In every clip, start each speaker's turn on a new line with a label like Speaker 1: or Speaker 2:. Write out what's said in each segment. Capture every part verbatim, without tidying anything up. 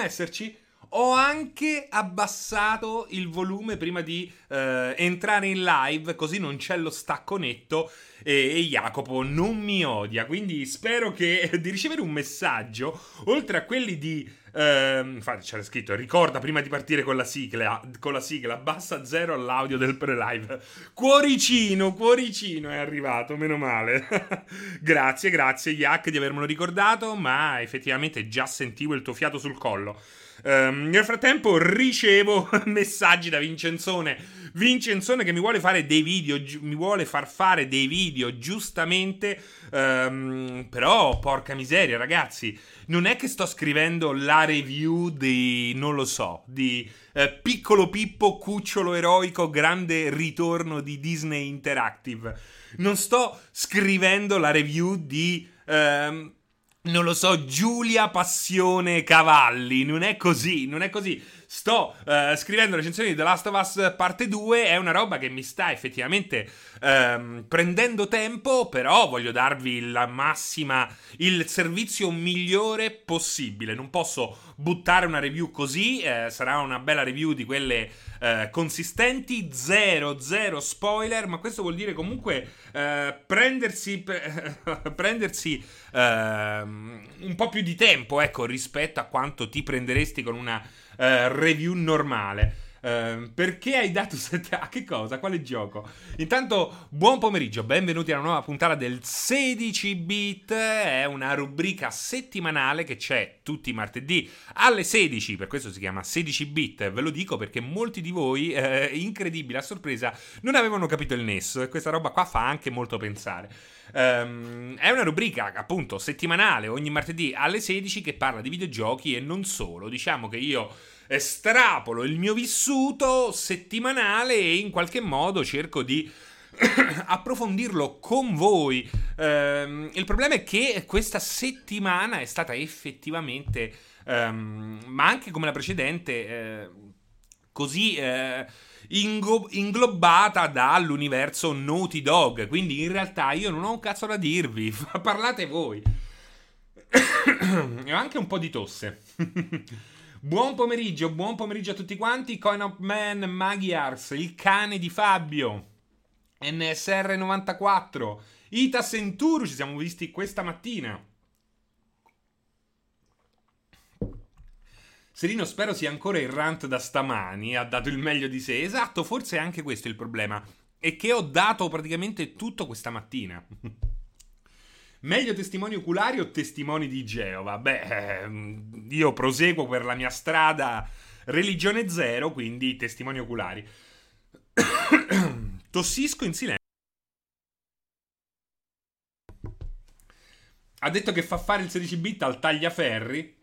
Speaker 1: esserci. Ho anche abbassato il volume prima di eh, entrare in live, così non c'è lo stacco netto e, e Jacopo non mi odia. Quindi spero che di ricevere un messaggio, oltre a quelli di... Eh, infatti c'era scritto: ricorda prima di partire con la sigla, con la sigla bassa zero all'audio del pre-live. Cuoricino, cuoricino è arrivato, meno male. Grazie, grazie Jack di avermelo ricordato, ma effettivamente già sentivo il tuo fiato sul collo. Um, nel frattempo ricevo messaggi da Vincenzone Vincenzone che mi vuole fare dei video gi- mi vuole far fare dei video giustamente, um, però porca miseria ragazzi, non è che sto scrivendo la review di, non lo so, di eh, Piccolo Pippo Cucciolo Eroico Grande Ritorno di Disney Interactive. Non sto scrivendo la review di um, non lo so, Giulia Passione Cavalli. Non è così, non è così. Sto uh, scrivendo recensioni di The Last of Us parte due. È una roba che mi sta effettivamente um, prendendo tempo, però voglio darvi la massima, il servizio migliore possibile. Non posso buttare una review così. eh, Sarà una bella review di quelle uh, consistenti. Zero, zero spoiler. Ma questo vuol dire comunque uh, prendersi pre- Prendersi uh, un po' più di tempo, ecco, rispetto a quanto ti prenderesti con una uh, review normale. Uh, perché hai dato sette a che cosa? Quale gioco? Intanto buon pomeriggio, benvenuti alla nuova puntata del sedici bit. È una rubrica settimanale che c'è tutti i martedì alle sedici, per questo si chiama sedici bit. Ve lo dico perché molti di voi, eh, incredibile a sorpresa, non avevano capito il nesso, e questa roba qua fa anche molto pensare. Um, è una rubrica appunto settimanale ogni martedì alle sedici che parla di videogiochi e non solo. Diciamo che io estrapolo il mio vissuto settimanale e in qualche modo cerco di approfondirlo con voi. Um, il problema è che questa settimana è stata effettivamente, um, ma anche come la precedente, eh, così eh, ingo- inglobata dall'universo Naughty Dog. Quindi in realtà io non ho un cazzo da dirvi. Parlate voi. E ho anche un po' di tosse. Buon pomeriggio, buon pomeriggio a tutti quanti. Coin of Man, Magyars, il cane di Fabio, N S R novantaquattro, Ita Senturu, ci siamo visti questa mattina. Serino spero sia ancora il rant da stamani, ha dato il meglio di sé. Esatto, forse è anche questo il problema, è che ho dato praticamente tutto questa mattina. Meglio testimoni oculari o testimoni di Geova? Beh, io proseguo per la mia strada religione zero, quindi testimoni oculari. Tossisco in silenzio. Ha detto che fa fare il sedici bit al tagliaferri.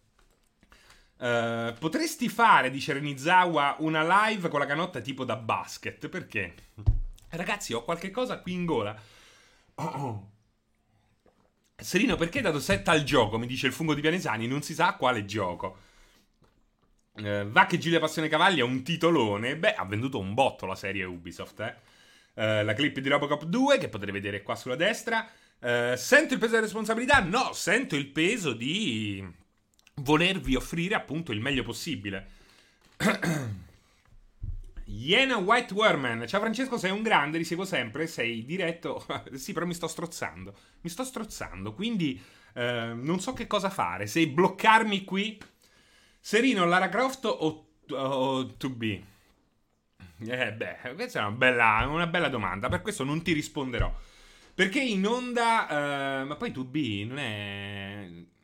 Speaker 1: Uh, potresti fare, dice Renizawa, una live con la canotta tipo da basket. Perché? Ragazzi, ho qualche cosa qui in gola. Oh. Serino, perché hai dato sette al gioco? Mi dice il fungo di Pianesani. Non si sa quale gioco. uh, Va che Giulia Passione Cavalli è un titolone. Beh, ha venduto un botto la serie Ubisoft, eh. uh, La clip di Robocop due, che potrete vedere qua sulla destra. uh, Sento il peso della responsabilità? No, sento il peso di volervi offrire appunto il meglio possibile. Iena White Warman. Ciao Francesco, sei un grande, li seguo sempre, sei diretto. Sì, però mi sto strozzando. Mi sto strozzando, quindi eh, non so che cosa fare. Se bloccarmi qui. Serino, Lara Croft o, o to be? Eh beh, questa è una bella, una bella domanda. Per questo non ti risponderò. Perché in onda... Eh, ma poi to be non è...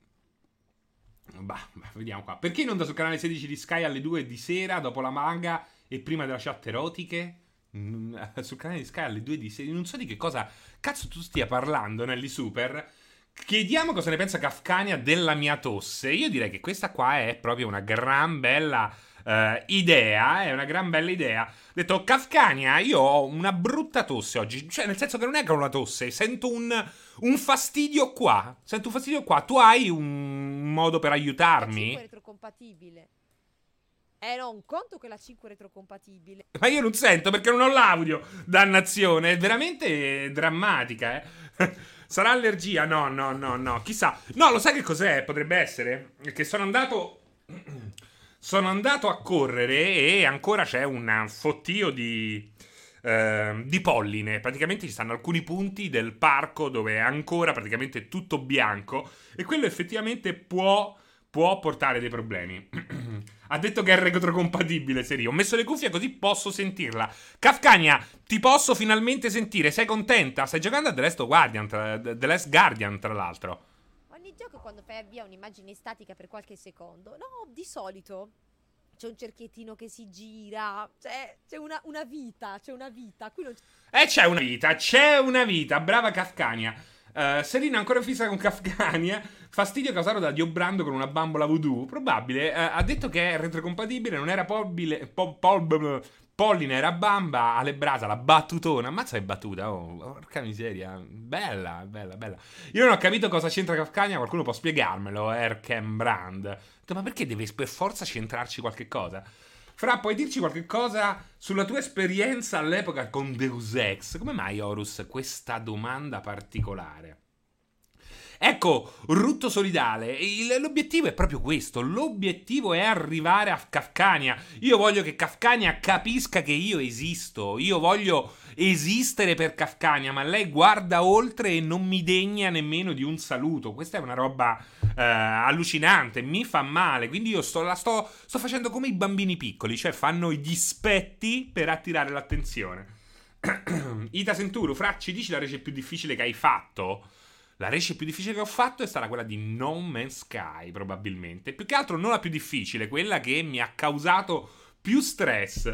Speaker 1: Bah, bah, vediamo qua. Perché in onda sul canale sedici di Sky alle due di sera, dopo la manga e prima della chat erotiche? Mm, sul canale di Sky alle due di sera. Non so di che cosa cazzo tu stia parlando, Nelly Super. Chiediamo cosa ne pensa Kafkania della mia tosse. Io direi che questa qua è proprio una gran bella uh, idea. È una gran bella idea. Ho detto, Kafkania, io ho una brutta tosse oggi. Cioè, nel senso che non è che ho una tosse. Sento un, un fastidio qua. Sento un fastidio qua. Tu hai un modo per aiutarmi?
Speaker 2: La cinque è retrocompatibile. Eh no, un conto che la cinque è retrocompatibile.
Speaker 1: Ma io non sento perché non ho l'audio. Dannazione, è veramente drammatica, eh. Sarà allergia? No, no, no, no. Chissà. No, lo sai che cos'è? Potrebbe essere che sono andato sono andato a correre e ancora c'è un fottio di, eh, di polline. Praticamente ci stanno alcuni punti del parco dove è ancora praticamente tutto bianco e quello effettivamente può, può portare dei problemi. Ha detto che è retrocompatibile, serio. Ho messo le cuffie così posso sentirla. Kafkania, ti posso finalmente sentire. Sei contenta? Stai giocando a The Last Guardian, tra, The Last Guardian, tra l'altro.
Speaker 2: Ogni gioco quando fai avvia un'immagine statica per qualche secondo, no, di solito c'è un cerchiettino che si gira, c'è, c'è una, una vita, c'è una vita. Qui non c'è...
Speaker 1: Eh, c'è una vita, c'è una vita. Brava Kafkania. Uh, Serena ancora fissa con Kafkania. Fastidio causato da Dio Brando con una bambola voodoo. Probabile. Uh, ha detto che è retrocompatibile. Non era pobile, po, pol, polline, era bamba. Ale Brasa, la battutona. Ammazza che battuta. Oh, porca miseria. Bella, bella, bella. Io non ho capito cosa c'entra Kafkania. Qualcuno può spiegarmelo. Erken Brand. Ma perché deve per forza centrarci qualche cosa? Fra, puoi dirci qualche cosa sulla tua esperienza all'epoca con Deus Ex? Come mai, Horus, questa domanda particolare? Ecco, rutto solidale, il, l'obiettivo è proprio questo, l'obiettivo è arrivare a Kafkania. Io voglio che Kafkania capisca che io esisto, io voglio esistere per Kafkania, ma lei guarda oltre e non mi degna nemmeno di un saluto. Questa è una roba eh, allucinante, mi fa male, quindi io sto, la sto, sto facendo come i bambini piccoli, cioè fanno gli dispetti per attirare l'attenzione. Ita Senturu, Fra, ci dici la rece più difficile che hai fatto? La rece più difficile che ho fatto è stata quella di No Man's Sky, probabilmente. Più che altro non la più difficile, quella che mi ha causato più stress.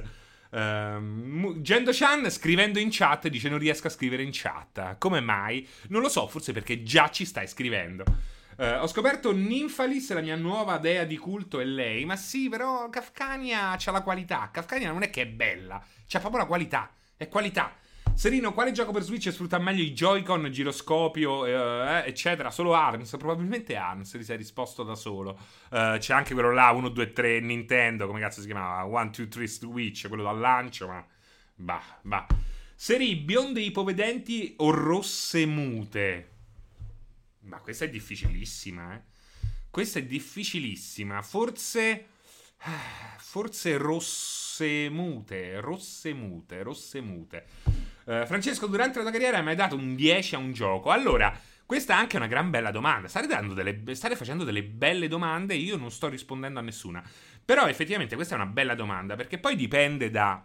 Speaker 1: Uh, Gendo-chan scrivendo in chat dice non riesco a scrivere in chat. Come mai? Non lo so, forse perché già ci stai scrivendo. Uh, ho scoperto Nymphalis, la mia nuova dea di culto è lei. Ma sì, però Kafkania c'ha la qualità. Kafkania non è che è bella, c'ha proprio la qualità. È qualità. Serino, quale gioco per Switch sfrutta meglio i Joy-Con, giroscopio, eh, eccetera? Solo ARMS, probabilmente ARMS, ti sei risposto da solo. Uh, c'è anche quello là, uno, due, tre Nintendo, come cazzo si chiamava? uno, due, tre Switch, quello dal lancio, ma... Bah, bah. Seri, bionde ipovedenti o rosse mute? Ma questa è difficilissima, eh. Questa è difficilissima. Forse... Forse rosse mute, rosse mute, rosse mute. Uh, Francesco, durante la tua carriera hai mai dato un dieci a un gioco? Allora, questa è anche una gran bella domanda. State, dando delle, state facendo delle belle domande e io non sto rispondendo a nessuna. Però effettivamente questa è una bella domanda, perché poi dipende da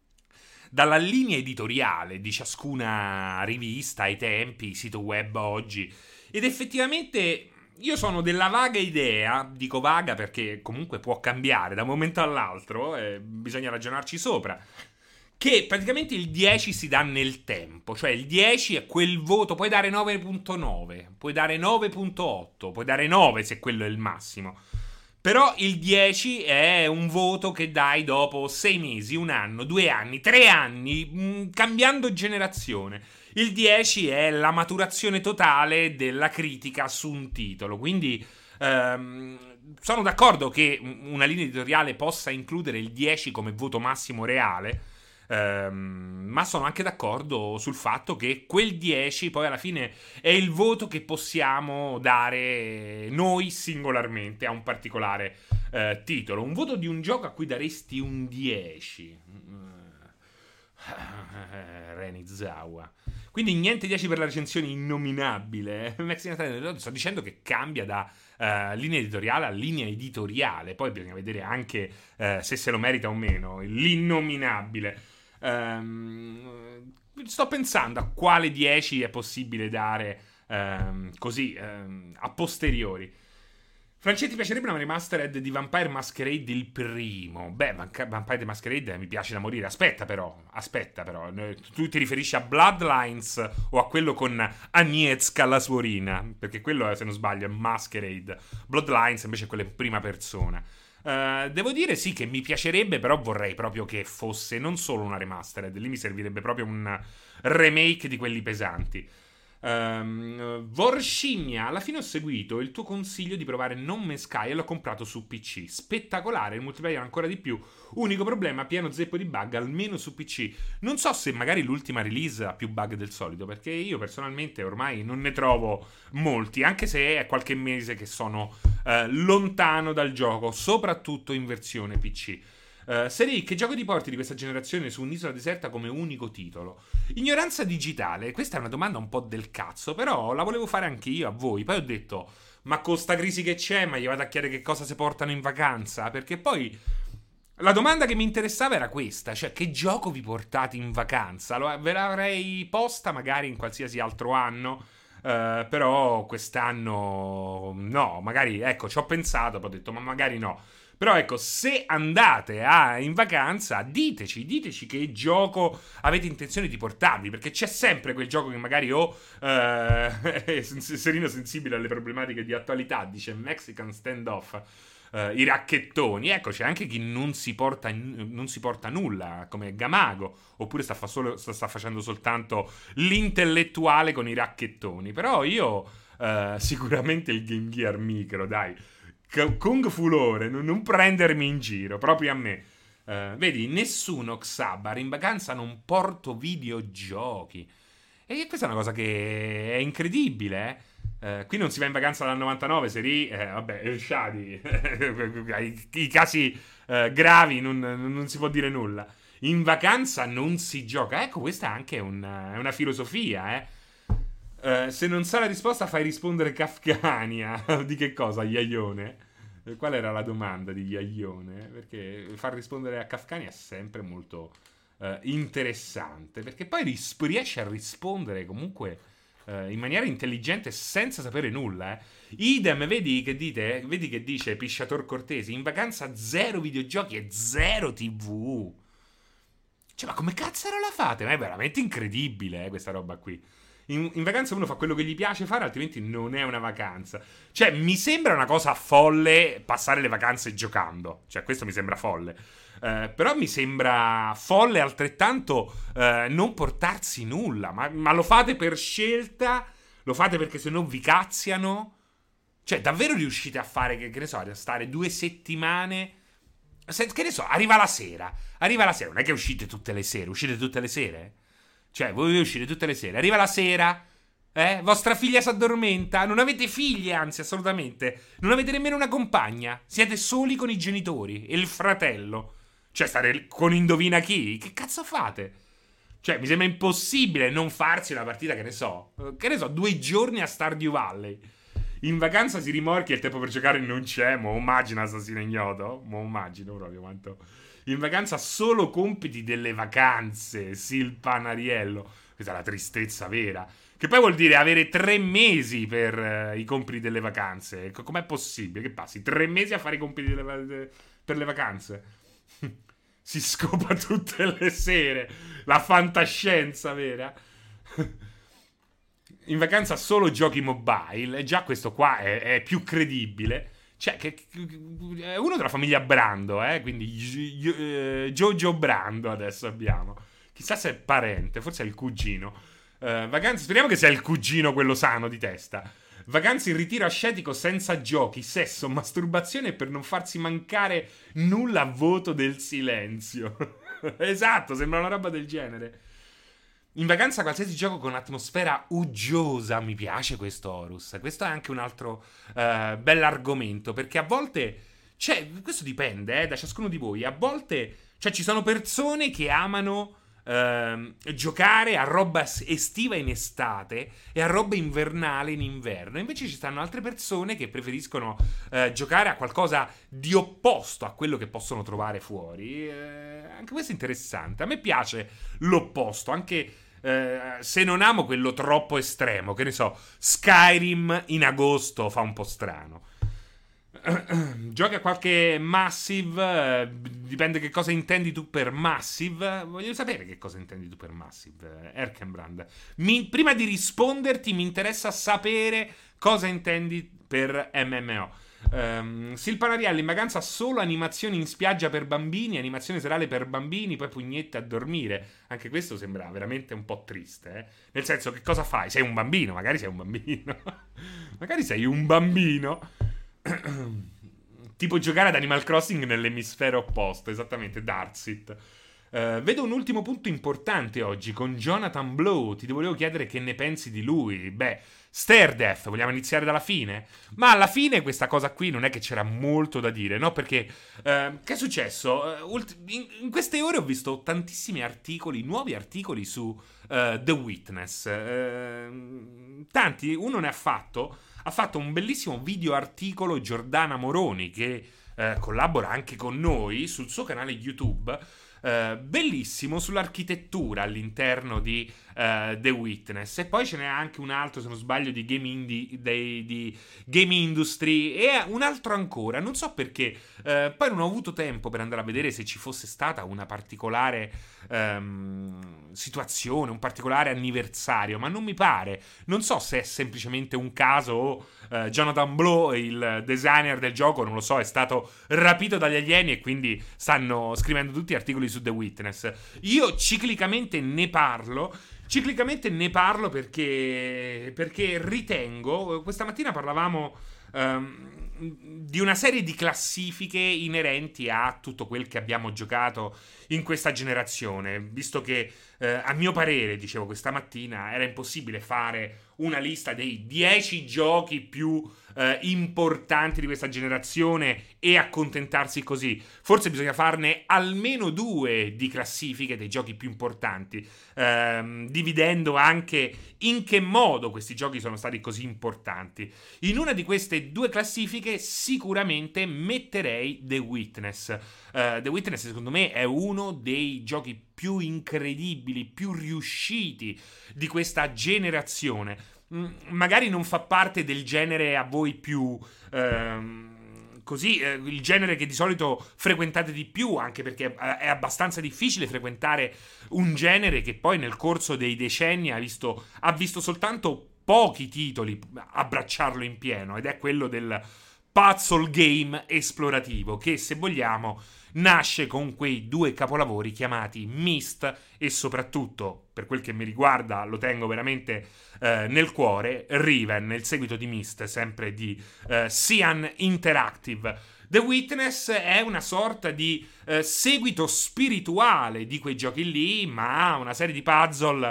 Speaker 1: dalla linea editoriale di ciascuna rivista ai tempi, sito web oggi. Ed effettivamente io sono della vaga idea, dico vaga perché comunque può cambiare da un momento all'altro, eh, bisogna ragionarci sopra, che praticamente il dieci si dà nel tempo, cioè il dieci è quel voto, puoi dare nove virgola nove, puoi dare nove virgola otto, puoi dare nove se quello è il massimo, però il dieci è un voto che dai dopo sei mesi, un anno, due anni, tre anni, mh, cambiando generazione. Il dieci è la maturazione totale della critica su un titolo, quindi ehm, sono d'accordo che una linea editoriale possa includere il dieci come voto massimo reale, ehm, ma sono anche d'accordo sul fatto che quel dieci poi alla fine è il voto che possiamo dare noi singolarmente a un particolare eh, titolo. Un voto di un gioco a cui daresti un dieci. Renizawa. Quindi niente dieci per la recensione innominabile. Sto dicendo che cambia da uh, linea editoriale a linea editoriale. Poi bisogna vedere anche uh, se se lo merita o meno. L'innominabile. Um, sto pensando a quale dieci è possibile dare um, così um, a posteriori. Francesco, ti piacerebbe una remastered di Vampire Masquerade il primo? Beh, Vampire Masquerade mi piace da morire. Aspetta però, aspetta però. Tu ti riferisci a Bloodlines o a quello con Agnieszka la suorina? Perché quello, se non sbaglio, è Masquerade. Bloodlines invece è quella in prima persona. Uh, devo dire sì che mi piacerebbe, però vorrei proprio che fosse non solo una remastered. Lì mi servirebbe proprio un remake di quelli pesanti. Uh, Um, Vorscimmia, alla fine ho seguito il tuo consiglio di provare No Man's Sky e l'ho comprato su P C. Spettacolare, il multiplayer ancora di più. Unico problema, pieno zeppo di bug, almeno su P C. Non so se magari l'ultima release ha più bug del solito, perché io personalmente ormai non ne trovo molti, anche se è qualche mese che sono uh, lontano dal gioco, soprattutto in versione P C. Uh, Seri, che gioco ti porti di questa generazione su un'isola deserta come unico titolo? Ignoranza digitale, questa è una domanda un po' del cazzo, però la volevo fare anche io a voi. Poi ho detto, ma con sta crisi che c'è, ma gli vado a chiedere che cosa si portano in vacanza? Perché poi la domanda che mi interessava era questa, cioè che gioco vi portate in vacanza? Lo, ve l'avrei posta magari in qualsiasi altro anno, uh, però quest'anno no, magari, ecco, ci ho pensato, poi ho detto, ma magari no. Però ecco, se andate a, in vacanza, diteci, diteci che gioco avete intenzione di portarvi, perché c'è sempre quel gioco che magari ho, eh, Serino sensibile alle problematiche di attualità, dice Mexican Standoff, eh, i racchettoni. Ecco, c'è anche chi non si porta, non si porta nulla, come Gamago, oppure sta, fa solo, sta, sta facendo soltanto l'intellettuale con i racchettoni. Però io, eh, sicuramente il Game Gear Micro, dai. Kung Fu Lore, non prendermi in giro, proprio a me. Uh, vedi, nessuno Xabar in vacanza non porto videogiochi. E questa è una cosa che è incredibile, eh? Uh, qui non si va in vacanza dal novantanove, Seri, eh, vabbè, El Shadi, I, i casi uh, gravi non, non si può dire nulla. In vacanza non si gioca. Ecco, questa è anche una, è una filosofia, eh. Uh, se non sa la risposta fai rispondere Kafkania. Di che cosa? Iaione? Qual era la domanda di Iaione? Perché far rispondere a Kafkania è sempre molto uh, interessante, perché poi ris- riesce a rispondere comunque uh, in maniera intelligente senza sapere nulla, eh. Idem, vedi che dite? Vedi che dice Pisciator Cortesi, in vacanza zero videogiochi e zero tivù. Cioè, ma come cazzo la fate? Ma è veramente incredibile, eh, questa roba qui. In, in vacanza uno fa quello che gli piace fare, altrimenti non è una vacanza. Cioè, mi sembra una cosa folle passare le vacanze giocando. Cioè, questo mi sembra folle. Uh, però mi sembra folle altrettanto uh, non portarsi nulla. Ma, ma lo fate per scelta? Lo fate perché se no vi cazziano? Cioè, davvero riuscite a fare, che, che ne so, a stare due settimane... Se, che ne so, arriva la sera. Arriva la sera. Non è che uscite tutte le sere. Uscite tutte le sere? Cioè, voi uscite tutte le sere. Arriva la sera, eh? Vostra figlia si addormenta. Non avete figlie, anzi, assolutamente. Non avete nemmeno una compagna. Siete soli con i genitori e il fratello. Cioè, stare con indovina chi? Che cazzo fate? Cioè, mi sembra impossibile non farsi una partita, che ne so. Che ne so, due giorni a Stardew Valley. In vacanza si rimorchia e il tempo per giocare non c'è. Mo immagina assassino ignoto. Mo immagino proprio quanto... In vacanza solo compiti delle vacanze, Silpanariello. Questa è la tristezza vera. Che poi vuol dire avere tre mesi per uh, i compiti delle vacanze. Com'è possibile? Che passi tre mesi a fare i compiti delle, de, per le vacanze? Si scopa tutte le sere. La fantascienza vera. In vacanza solo giochi mobile. E già questo qua è, è più credibile. Cioè, che, è uno della famiglia Brando, eh? Quindi uh, Jojo Brando adesso abbiamo. Chissà se è parente, forse è il cugino. Uh, vacanze, speriamo che sia il cugino quello sano di testa. Vacanze in ritiro ascetico senza giochi, sesso, masturbazione per non farsi mancare nulla a voto del silenzio. Esatto, sembra una roba del genere. In vacanza qualsiasi gioco con atmosfera uggiosa. Mi piace questo Horus. Questo è anche un altro uh, bell'argomento, perché a volte, cioè, questo dipende eh, da ciascuno di voi. A volte, cioè, ci sono persone che amano uh, giocare a roba estiva in estate e a roba invernale in inverno. Invece ci stanno altre persone che preferiscono uh, giocare a qualcosa di opposto a quello che possono trovare fuori. Uh, anche questo è interessante. A me piace l'opposto, anche... Uh, se non amo quello troppo estremo, che ne so, Skyrim in agosto fa un po' strano. Giochi a qualche Massive, uh, dipende che cosa intendi tu per Massive. Voglio sapere che cosa intendi tu per Massive, uh, Erkenbrand. Mi, prima di risponderti mi interessa sapere cosa intendi per M M O. Um, Silpanariello in vacanza solo animazioni in spiaggia per bambini, animazione serale per bambini, poi pugnette a dormire. Anche questo sembra veramente un po' triste, eh? Nel senso, che cosa fai? Sei un bambino, magari sei un bambino. Magari sei un bambino. Tipo giocare ad Animal Crossing nell'emisfero opposto, esattamente, Darkseid. Uh, vedo un ultimo punto importante oggi con Jonathan Blow. Ti volevo chiedere che ne pensi di lui. Beh, Stairdeath, vogliamo iniziare dalla fine? Ma alla fine questa cosa qui non è che c'era molto da dire, no? Perché uh, che è successo? Uh, ulti- in-, in queste ore ho visto tantissimi articoli, nuovi articoli su uh, The Witness. Uh, tanti, uno ne ha fatto. Ha fatto un bellissimo video articolo Giordana Moroni, che uh, collabora anche con noi sul suo canale YouTube. Uh, bellissimo sull'architettura all'interno di uh, The Witness, e poi ce n'è anche un altro, se non sbaglio, di Game, indie, dei, di Game Industry, e un altro ancora, non so perché, uh, poi non ho avuto tempo per andare a vedere se ci fosse stata una particolare um, situazione, un particolare anniversario, ma non mi pare, non so se è semplicemente un caso o uh, Jonathan Blow, il designer del gioco, non lo so, è stato rapito dagli alieni e quindi stanno scrivendo tutti articoli su The Witness. Io ciclicamente ne parlo ciclicamente ne parlo perché perché ritengo, questa mattina parlavamo um, di una serie di classifiche inerenti a tutto quel che abbiamo giocato in questa generazione, visto che eh, a mio parere, dicevo questa mattina, era impossibile fare una lista dei dieci giochi più eh, importanti di questa generazione e accontentarsi così. Forse bisogna farne almeno due di classifiche dei giochi più importanti, ehm, dividendo anche in che modo questi giochi sono stati così importanti. In una di queste due classifiche sicuramente metterei The Witness. Uh, The Witness secondo me è uno dei giochi più incredibili, più riusciti di questa generazione. Mm, magari non fa parte del genere a voi più ehm, così, eh, il genere che di solito frequentate di più, anche perché è abbastanza difficile frequentare un genere che poi nel corso dei decenni ha visto, ha visto soltanto pochi titoli abbracciarlo in pieno, ed è quello del puzzle game esplorativo, che se vogliamo nasce con quei due capolavori chiamati Myst e soprattutto, per quel che mi riguarda, lo tengo veramente eh, nel cuore, Riven, il seguito di Myst, sempre di eh, Cyan Interactive. The Witness è una sorta di eh, seguito spirituale di quei giochi lì, ma una serie di puzzle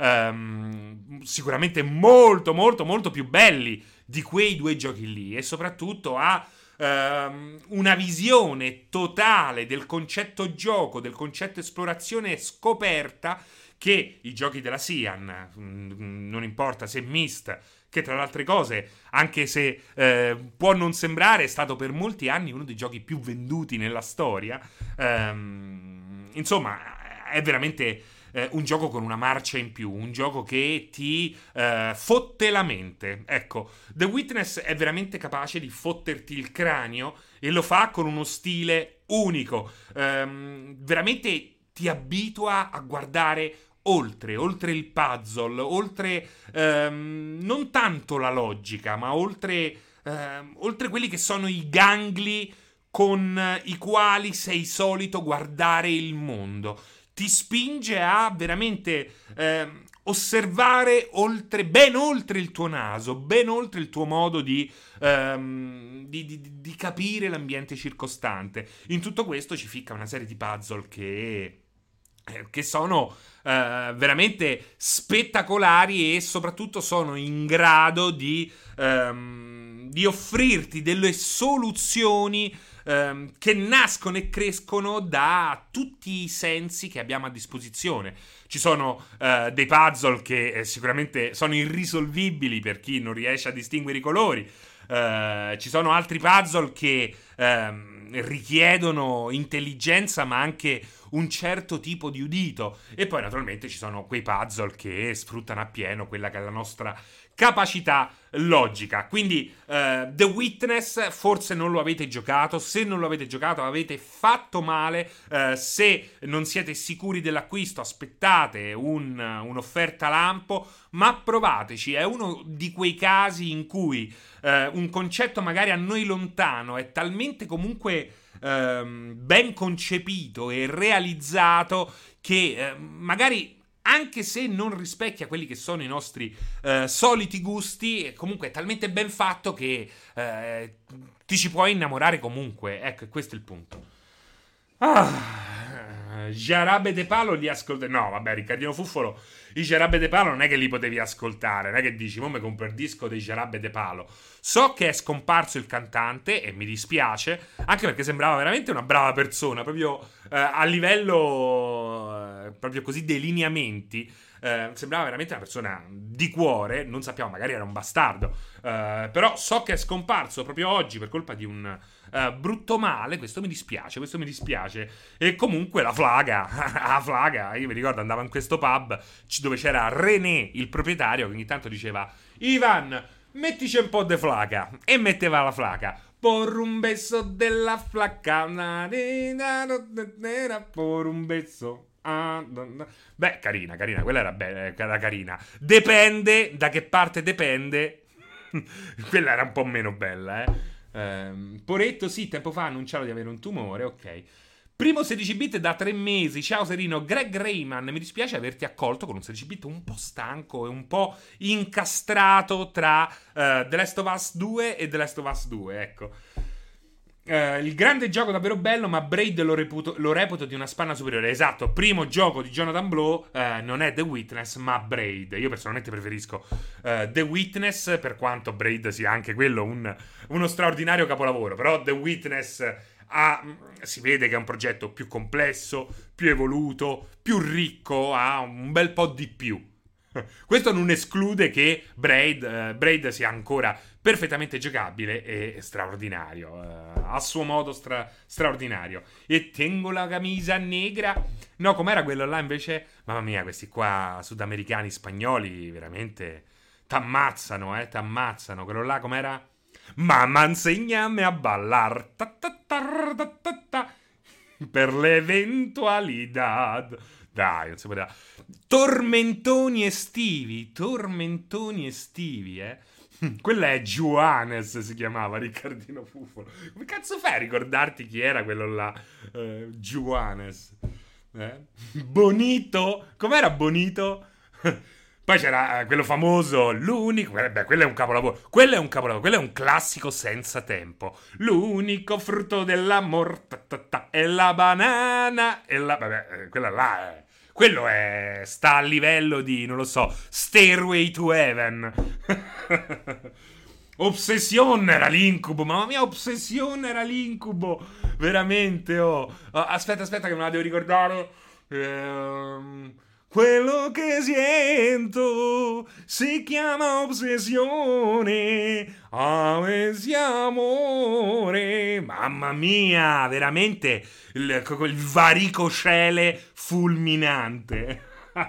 Speaker 1: ehm, sicuramente molto molto molto più belli di quei due giochi lì, e soprattutto ha Um, una visione totale del concetto gioco, del concetto esplorazione e scoperta che i giochi della Cyan, mh, non importa se Myst, che tra le altre cose, anche se eh, può non sembrare, è stato per molti anni uno dei giochi più venduti nella storia, um, insomma è veramente Eh, un gioco con una marcia in più, un gioco che ti eh, fotte la mente. Ecco, The Witness è veramente capace di fotterti il cranio e lo fa con uno stile unico. Ehm, veramente ti abitua a guardare oltre, oltre il puzzle, oltre ehm, non tanto la logica, ma oltre, ehm, oltre quelli che sono i gangli con i quali sei solito guardare il mondo. Ti spinge a veramente eh, osservare oltre, ben oltre il tuo naso, ben oltre il tuo modo di, ehm, di, di, di capire l'ambiente circostante. In tutto questo ci ficca una serie di puzzle che, eh, che sono eh, veramente spettacolari e soprattutto sono in grado di, ehm, di offrirti delle soluzioni Um, che nascono e crescono da tutti i sensi che abbiamo a disposizione. Ci sono uh, dei puzzle che eh, sicuramente sono irrisolvibili per chi non riesce a distinguere i colori. Uh, ci sono altri puzzle che um, richiedono intelligenza ma anche un certo tipo di udito. E poi naturalmente ci sono quei puzzle che sfruttano appieno quella che è la nostra capacità logica. Quindi uh, The Witness forse non lo avete giocato. Se non lo avete giocato avete fatto male. Uh, se non siete sicuri dell'acquisto aspettate un, un'offerta lampo, ma provateci. È uno di quei casi in cui uh, un concetto magari a noi lontano è talmente comunque uh, ben concepito e realizzato che uh, magari, anche se non rispecchia quelli che sono i nostri uh, soliti gusti, comunque è talmente ben fatto che uh, ti ci puoi innamorare comunque. Ecco, questo è il punto. Ah, Jarabe de Palo li ascolta. No, vabbè, Riccardino Fuffolo, i Jarabe de Palo non è che li potevi ascoltare, non è che dici, mo mi compro il disco dei Jarabe de Palo. So che è scomparso il cantante e mi dispiace, anche perché sembrava veramente una brava persona, proprio eh, a livello eh, proprio così dei lineamenti. Eh, sembrava veramente una persona di cuore. Non sappiamo, magari era un bastardo, eh, però so che è scomparso proprio oggi per colpa di un uh, brutto male. Questo mi dispiace, questo mi dispiace. E comunque la Flaga, la Flaga, io mi ricordo andavo in questo pub dove c'era René, il proprietario, che ogni tanto diceva: Ivan, mettici un po' de Flaga, e metteva la Flaga. Por un beso della Flaga, por un beso. Ah, beh, carina, carina, quella era, be- era carina. Dipende da che parte dipende. Quella era un po' meno bella, eh. Ehm, Poretto, sì, tempo fa ha annunciato di avere un tumore, ok. Primo sedici bit da tre mesi. Ciao Serino. Greg Rayman, mi dispiace averti accolto con un sedici bit un po' stanco e un po' incastrato tra uh, The Last of Us due e The Last of Us due, ecco. Uh, il grande gioco davvero bello, ma Braid lo reputo, lo reputo di una spanna superiore. Esatto, primo gioco di Jonathan Blow, uh, non è The Witness ma Braid. Io personalmente preferisco uh, The Witness, per quanto Braid sia anche quello un, uno straordinario capolavoro. Però The Witness ha, si vede che è un progetto più complesso, più evoluto, più ricco, ha un bel po' di più. Questo non esclude che Braid, uh, Braid sia ancora perfettamente giocabile e straordinario, uh, a suo modo stra- straordinario. E tengo la camisa negra. No, com'era quello là invece? Mamma mia, questi qua sudamericani spagnoli veramente t'ammazzano, eh, t'ammazzano. Quello là com'era? Mamma, insegnami a ballar ta ta ta ta ta ta, per l'eventualità. Dai, non si poteva. Tormentoni estivi, tormentoni estivi, eh. Quella è Juanes, si chiamava, Riccardino Fuffolo. Come cazzo fai a ricordarti chi era quello là? Uh, Juanes. Eh? Bonito? Com'era Bonito? Poi c'era uh, quello famoso, l'unico. Beh, quello è un capolavoro. Quello è un capolavoro, quello è un classico senza tempo. L'unico frutto dell'amor ta, ta, ta, è la banana. E la. Vabbè, quella là è. Quello è. Sta a livello di, non lo so, Stairway to Heaven. Obsession era l'incubo. Mamma mia, Obsession era l'incubo. Veramente, oh. oh aspetta, aspetta, che me la devo ricordare. Ehm. Quello che sento si chiama ossessione, avesi amore. Mamma mia, veramente il, il varicocele fulminante.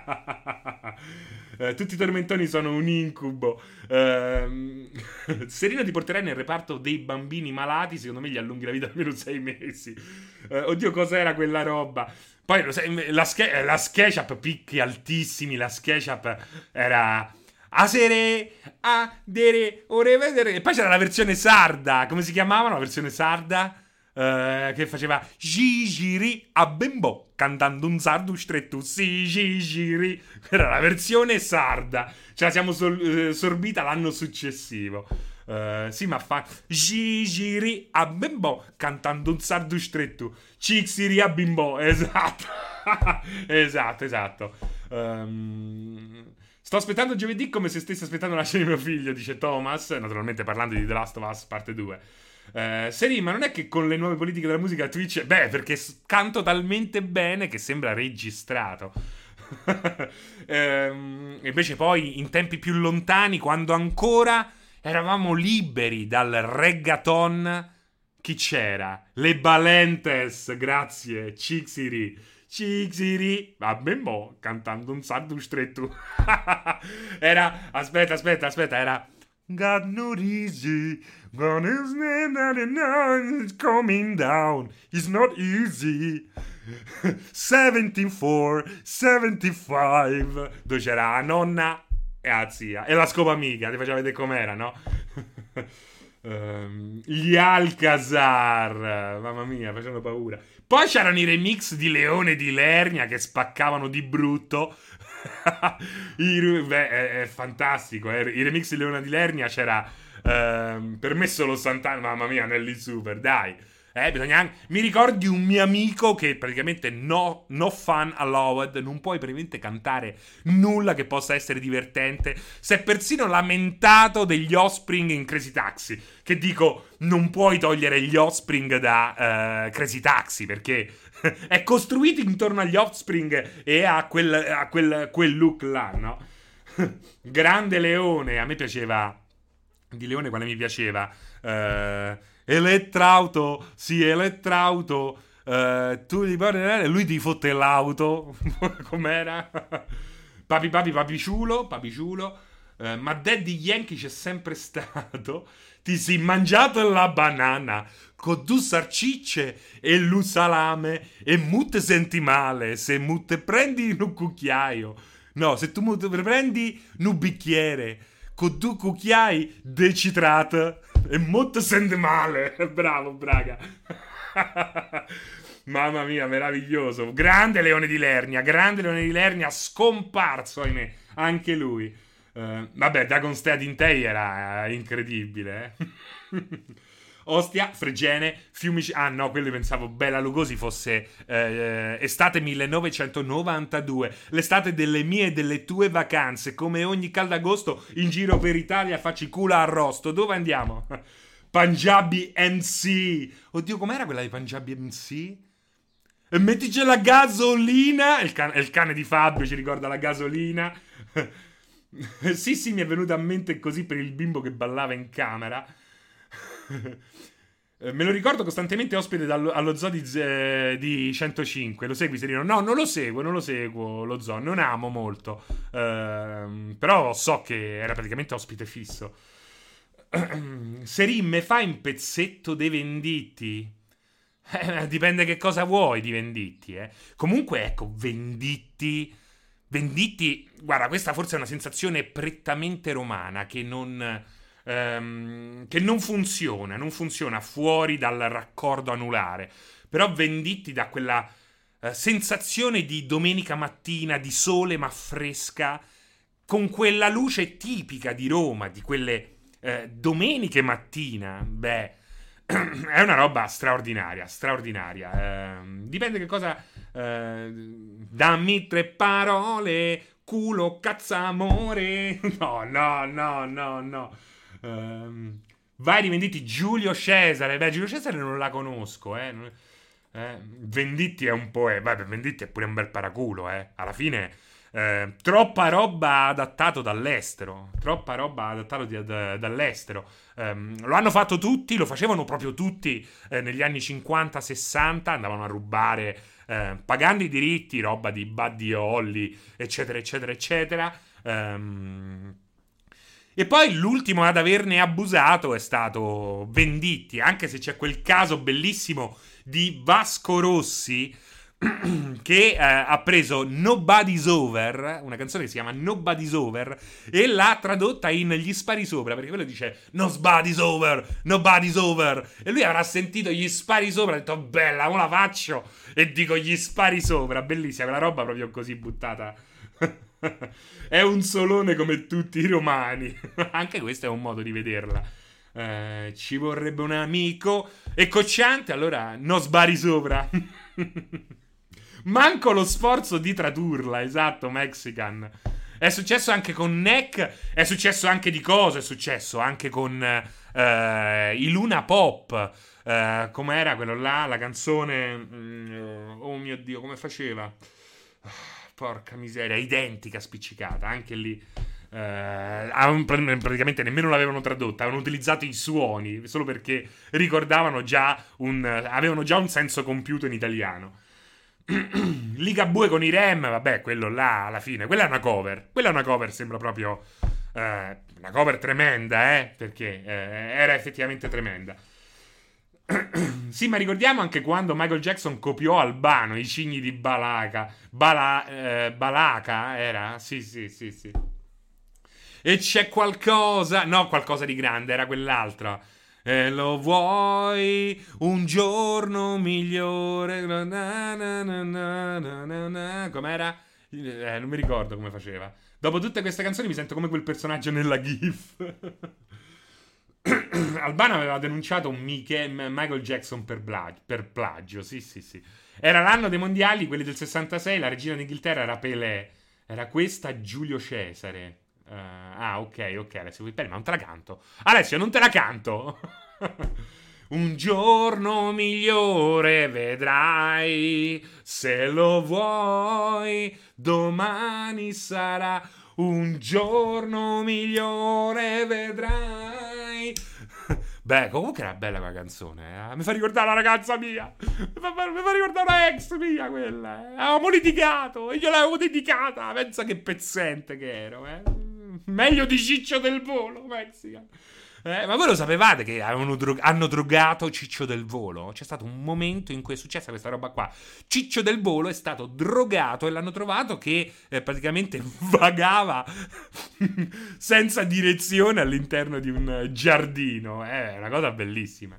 Speaker 1: eh, tutti i tormentoni sono un incubo. Eh, Serino ti porterai nel reparto dei bambini malati. Secondo me gli allunghi la vita almeno sei mesi. Eh, oddio, cos'era quella roba? Poi lo sai, la, ske- la SketchUp, picchi altissimi, la SketchUp era a sere, a dere, ore vedere. E poi c'era la versione sarda, come si chiamava la versione sarda? Uh, che faceva Gigiri a Bembo, cantando un sardo stretto, sì, Gigiri. Era la versione sarda, ce la siamo sol- sorbita l'anno successivo. Uh, sì, ma fa Gigiri a Bembo, cantando un sardo stretto, Cixiri a Bimbo. Esatto. esatto, esatto. Um, sto aspettando giovedì come se stessi aspettando la nascere mio figlio, dice Thomas, naturalmente parlando di The Last of Us parte due. Uh, Seri, ma non è che con le nuove politiche della musica Twitch, beh, perché canto talmente bene che sembra registrato. um, invece poi in tempi più lontani, quando ancora eravamo liberi dal reggaeton, Chi c'era? Le Balentes, grazie, Cixiri. Cixiri, vabbè mo, cantando un sardo stretto. Era, aspetta, aspetta, aspetta, era... Got no easy, God is it's coming down, it's not easy. settantaquattro, settantacinque, dove c'era la nonna e la zia e la scopa amica, ti faceva vedere com'era, no? um, gli Alcazar, mamma mia, facevano paura. Poi c'erano i remix di Leone di Lernia che spaccavano di brutto. I, beh, è, è fantastico, eh. I remix di Leone di Lernia c'era ehm, Permesso lo Santana, mamma mia, Nelly Super, dai. Eh, bisogna anche... Mi ricordi un mio amico che praticamente no, no fun allowed, non puoi praticamente cantare nulla che possa essere divertente. Si è persino lamentato degli Offspring in Crazy Taxi, che dico, non puoi togliere gli Offspring da uh, Crazy Taxi, perché è costruito intorno agli Offspring e a quel, a quel, quel look là, no? Grande Leone, a me piaceva... Di Leone quale mi piaceva? Uh, Elettrauto, sì, Elettrauto. Uh, tu gli parli, lui ti fotte l'auto. Com'era? Papi papi papiciulo, papiciulo. Uh, ma Daddy Yankee c'è sempre stato. Ti sei mangiato la banana con due sarcicce e lu salame e mutte senti male se mutte prendi un cucchiaio. No, se tu mutte prendi un bicchiere con due cucchiai de citrate e molto sente male. Bravo, braga. Mamma mia, meraviglioso. Grande Leone di Lernia, grande Leone di Lernia, scomparso, ahimè, anche lui. Uh, vabbè, Dagon Stea Dintei era incredibile, eh. Ostia, Fregene, Fiumici... Ah no, quello pensavo Bela Lugosi fosse eh, estate millenovecentonovantadue, l'estate delle mie e delle tue vacanze. Come ogni caldo agosto in giro per Italia faccio culo arrosto. Dove andiamo? Punjabi M C. Oddio, com'era quella di Punjabi M C? E mettici la gasolina. Il, can- il cane di Fabio ci ricorda la gasolina. Sì, sì, mi è venuta a mente così per il bimbo che ballava in camera. Me lo ricordo costantemente ospite dallo, allo zoo di, eh, di centocinque. Lo segui, Serino? No, non lo seguo, non lo seguo lo zoo, non amo molto. Uh, però so che era praticamente ospite fisso. Serin, me fai un pezzetto dei Venditti? Eh, dipende che cosa vuoi di Venditti, eh. Comunque, ecco, Venditti... Venditti, guarda, questa forse è una sensazione prettamente romana che non... Um, che non funziona, non funziona fuori dal raccordo anulare. Però Venditti dà quella uh, sensazione di domenica mattina, di sole ma fresca, con quella luce tipica di Roma, di quelle uh, domeniche mattina. Beh, è una roba straordinaria, straordinaria. Uh, dipende che cosa... Uh, dammi tre parole, culo, cazzamore. No, no, no, no, no. Um, vai di Venditti. Giulio Cesare. Beh, Giulio Cesare non la conosco, eh. Non, eh. Venditti è un po'. Eh. Vabbè, Venditti è pure un bel paraculo, eh. Alla fine, eh, troppa roba adattato dall'estero. Troppa roba adattato di, da, dall'estero. Um, lo hanno fatto tutti, lo facevano proprio tutti eh, negli anni cinquanta sessanta. Andavano a rubare, eh, pagando i diritti, roba di Buddy Holly, eccetera, eccetera, eccetera. Um, E poi l'ultimo ad averne abusato è stato Venditti, anche se c'è quel caso bellissimo di Vasco Rossi che eh, ha preso Nobody's Over, una canzone che si chiama Nobody's Over, e l'ha tradotta in Gli spari sopra, perché quello dice Nobody's Over, Nobody's Over, e lui avrà sentito Gli spari sopra e ha detto bella, ora la faccio e dico Gli spari sopra, bellissima, quella roba proprio così buttata. È un solone come tutti i romani. Anche questo è un modo di vederla. Eh, ci vorrebbe un amico e cocciante, allora no sbari sopra. Manco lo sforzo di tradurla. Esatto, Mexican. È successo anche con Neck. È successo anche di cosa? È successo anche con eh, i Luna Pop. Eh, com'era quello là? La canzone mm, oh mio Dio, come faceva? Porca miseria, identica, spiccicata, anche lì. Eh, avevano- praticamente nemmeno l'avevano tradotta, avevano utilizzato i suoni solo perché ricordavano già un, avevano già un senso compiuto in italiano. Ligabue con i Rem, vabbè, quello là alla fine, quella è una cover, quella è una cover, sembra proprio eh, una cover tremenda, eh, perché eh, era effettivamente tremenda. Sì, ma ricordiamo anche quando Michael Jackson copiò Albano, i cigni di Balaca. Bala, eh, Balaca era? Sì, sì, sì, sì. E c'è qualcosa, no, qualcosa di grande, era quell'altra. E lo vuoi un giorno migliore? Na, na, na, na, na, na, na. Com'era? Eh, non mi ricordo come faceva. Dopo tutte queste canzoni mi sento come quel personaggio nella GIF. Albano aveva denunciato un Miche- Michael Jackson per, bla- per plagio. Sì, sì, sì. Era l'anno dei mondiali, quelli del sessantasei. La regina d'Inghilterra era Pelé. Era questa Giulio Cesare. Uh, ah, ok, ok. Alessio, bene, ma non te la canto. Alessio, non te la canto. Un giorno migliore vedrai, se lo vuoi, domani sarà un giorno migliore vedrai. Beh, comunque era bella quella canzone, eh? Mi fa ricordare la ragazza mia. Mi fa, mi fa ricordare una ex mia quella, eh? Avevamo litigato e io l'avevo dedicata. Pensa che pezzente che ero, eh? Meglio di Ciccio del Volo, Mexica. Eh, ma voi lo sapevate che avevano dro- hanno drogato Ciccio del Volo? C'è stato un momento in cui è successa questa roba qua. Ciccio del Volo è stato drogato e l'hanno trovato che eh, praticamente vagava senza direzione all'interno di un giardino. È una cosa bellissima.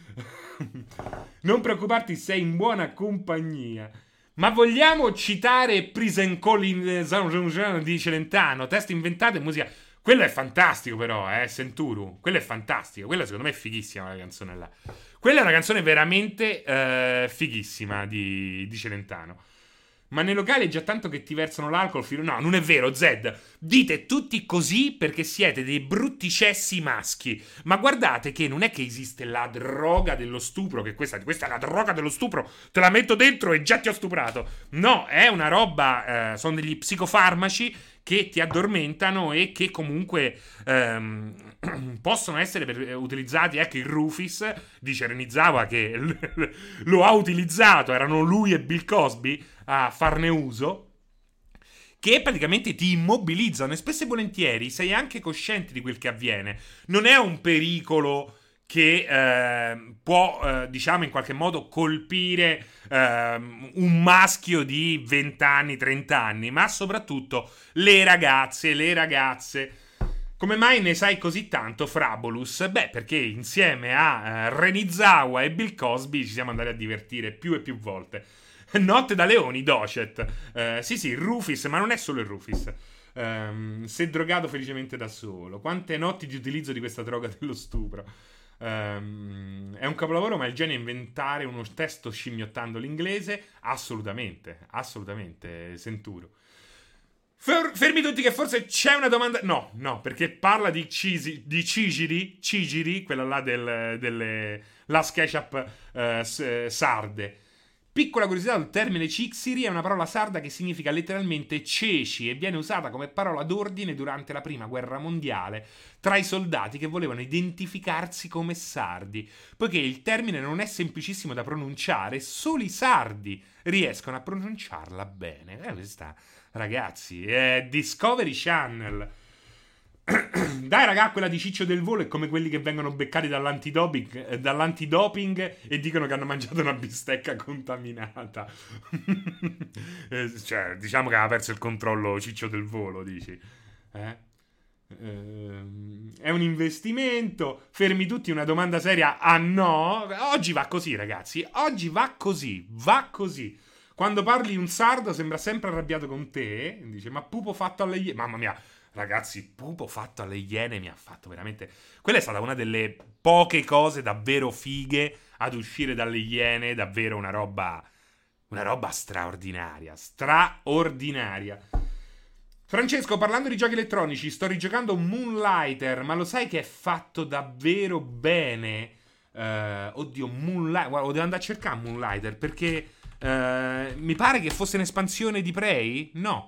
Speaker 1: Non preoccuparti, sei in buona compagnia. Ma vogliamo citare Prison Call in di Celentano, testi inventati e musica. Quello è fantastico, però, eh, Senturu. Quello è fantastico. Quella secondo me è fighissima, la canzone là. Quella è una canzone veramente eh, fighissima di, di Celentano. Ma nei locali è già tanto che ti versano l'alcol. Fino... No, non è vero, Zed. Dite tutti così perché siete dei brutti cessi maschi. Ma guardate che non è che esiste la droga dello stupro, che questa, questa è la droga dello stupro, te la metto dentro e già ti ho stuprato. No, è una roba, eh, sono degli psicofarmaci che ti addormentano e che comunque ehm, possono essere per, utilizzati. Ecco il Rufus, dice Renizawa che l- lo ha utilizzato, erano lui e Bill Cosby a farne uso, che praticamente ti immobilizzano e spesso e volentieri sei anche cosciente di quel che avviene. Non è un pericolo che eh, può, eh, diciamo, in qualche modo colpire eh, un maschio di venti anni, trenta anni, ma soprattutto le ragazze, le ragazze. Come mai ne sai così tanto, Frabolus? Beh, perché insieme a eh, Renizawa e Bill Cosby ci siamo andati a divertire più e più volte. Notte da leoni, Docet. Eh, sì, sì, Rufus, ma non è solo il Rufus. Um, se drogato felicemente da solo. Quante notti di utilizzo di questa droga dello stupro. Um, è un capolavoro, ma il genio inventare uno testo scimmiottando l'inglese? Assolutamente, assolutamente, Senturo. Fer- fermi tutti che forse c'è una domanda. No, no, perché parla di, Cisi, di Cigiri, Cigiri, quella là del, delle Last Ketchup uh, sarde. Piccola curiosità, il termine Cixiri è una parola sarda che significa letteralmente ceci e viene usata come parola d'ordine durante la prima guerra mondiale tra i soldati che volevano identificarsi come sardi, poiché il termine non è semplicissimo da pronunciare, solo i sardi riescono a pronunciarla bene. Eh, questa, ragazzi, è Discovery Channel. Dai raga, quella di Ciccio del Volo è come quelli che vengono beccati dall'antidoping, eh, dall'antidoping e dicono che hanno mangiato una bistecca contaminata. eh, cioè, diciamo che aveva perso il controllo Ciccio del Volo, dici. Eh? Ehm, è un investimento. Fermi tutti, una domanda seria. Ah no? Oggi va così, ragazzi. Oggi va così. Va così. Quando parli un sardo sembra sempre arrabbiato con te. Dice, ma pupo fatto alle iene. Mamma mia. Ragazzi, pupo fatto alle iene mi ha fatto veramente... Quella è stata una delle poche cose davvero fighe ad uscire dalle iene, davvero una roba... Una roba straordinaria, straordinaria. Francesco, parlando di giochi elettronici, sto rigiocando Moonlighter, ma lo sai che è fatto davvero bene? Uh, oddio, Moonlighter... Guarda, devo andare a cercare Moonlighter, perché uh, mi pare che fosse un'espansione di Prey? No.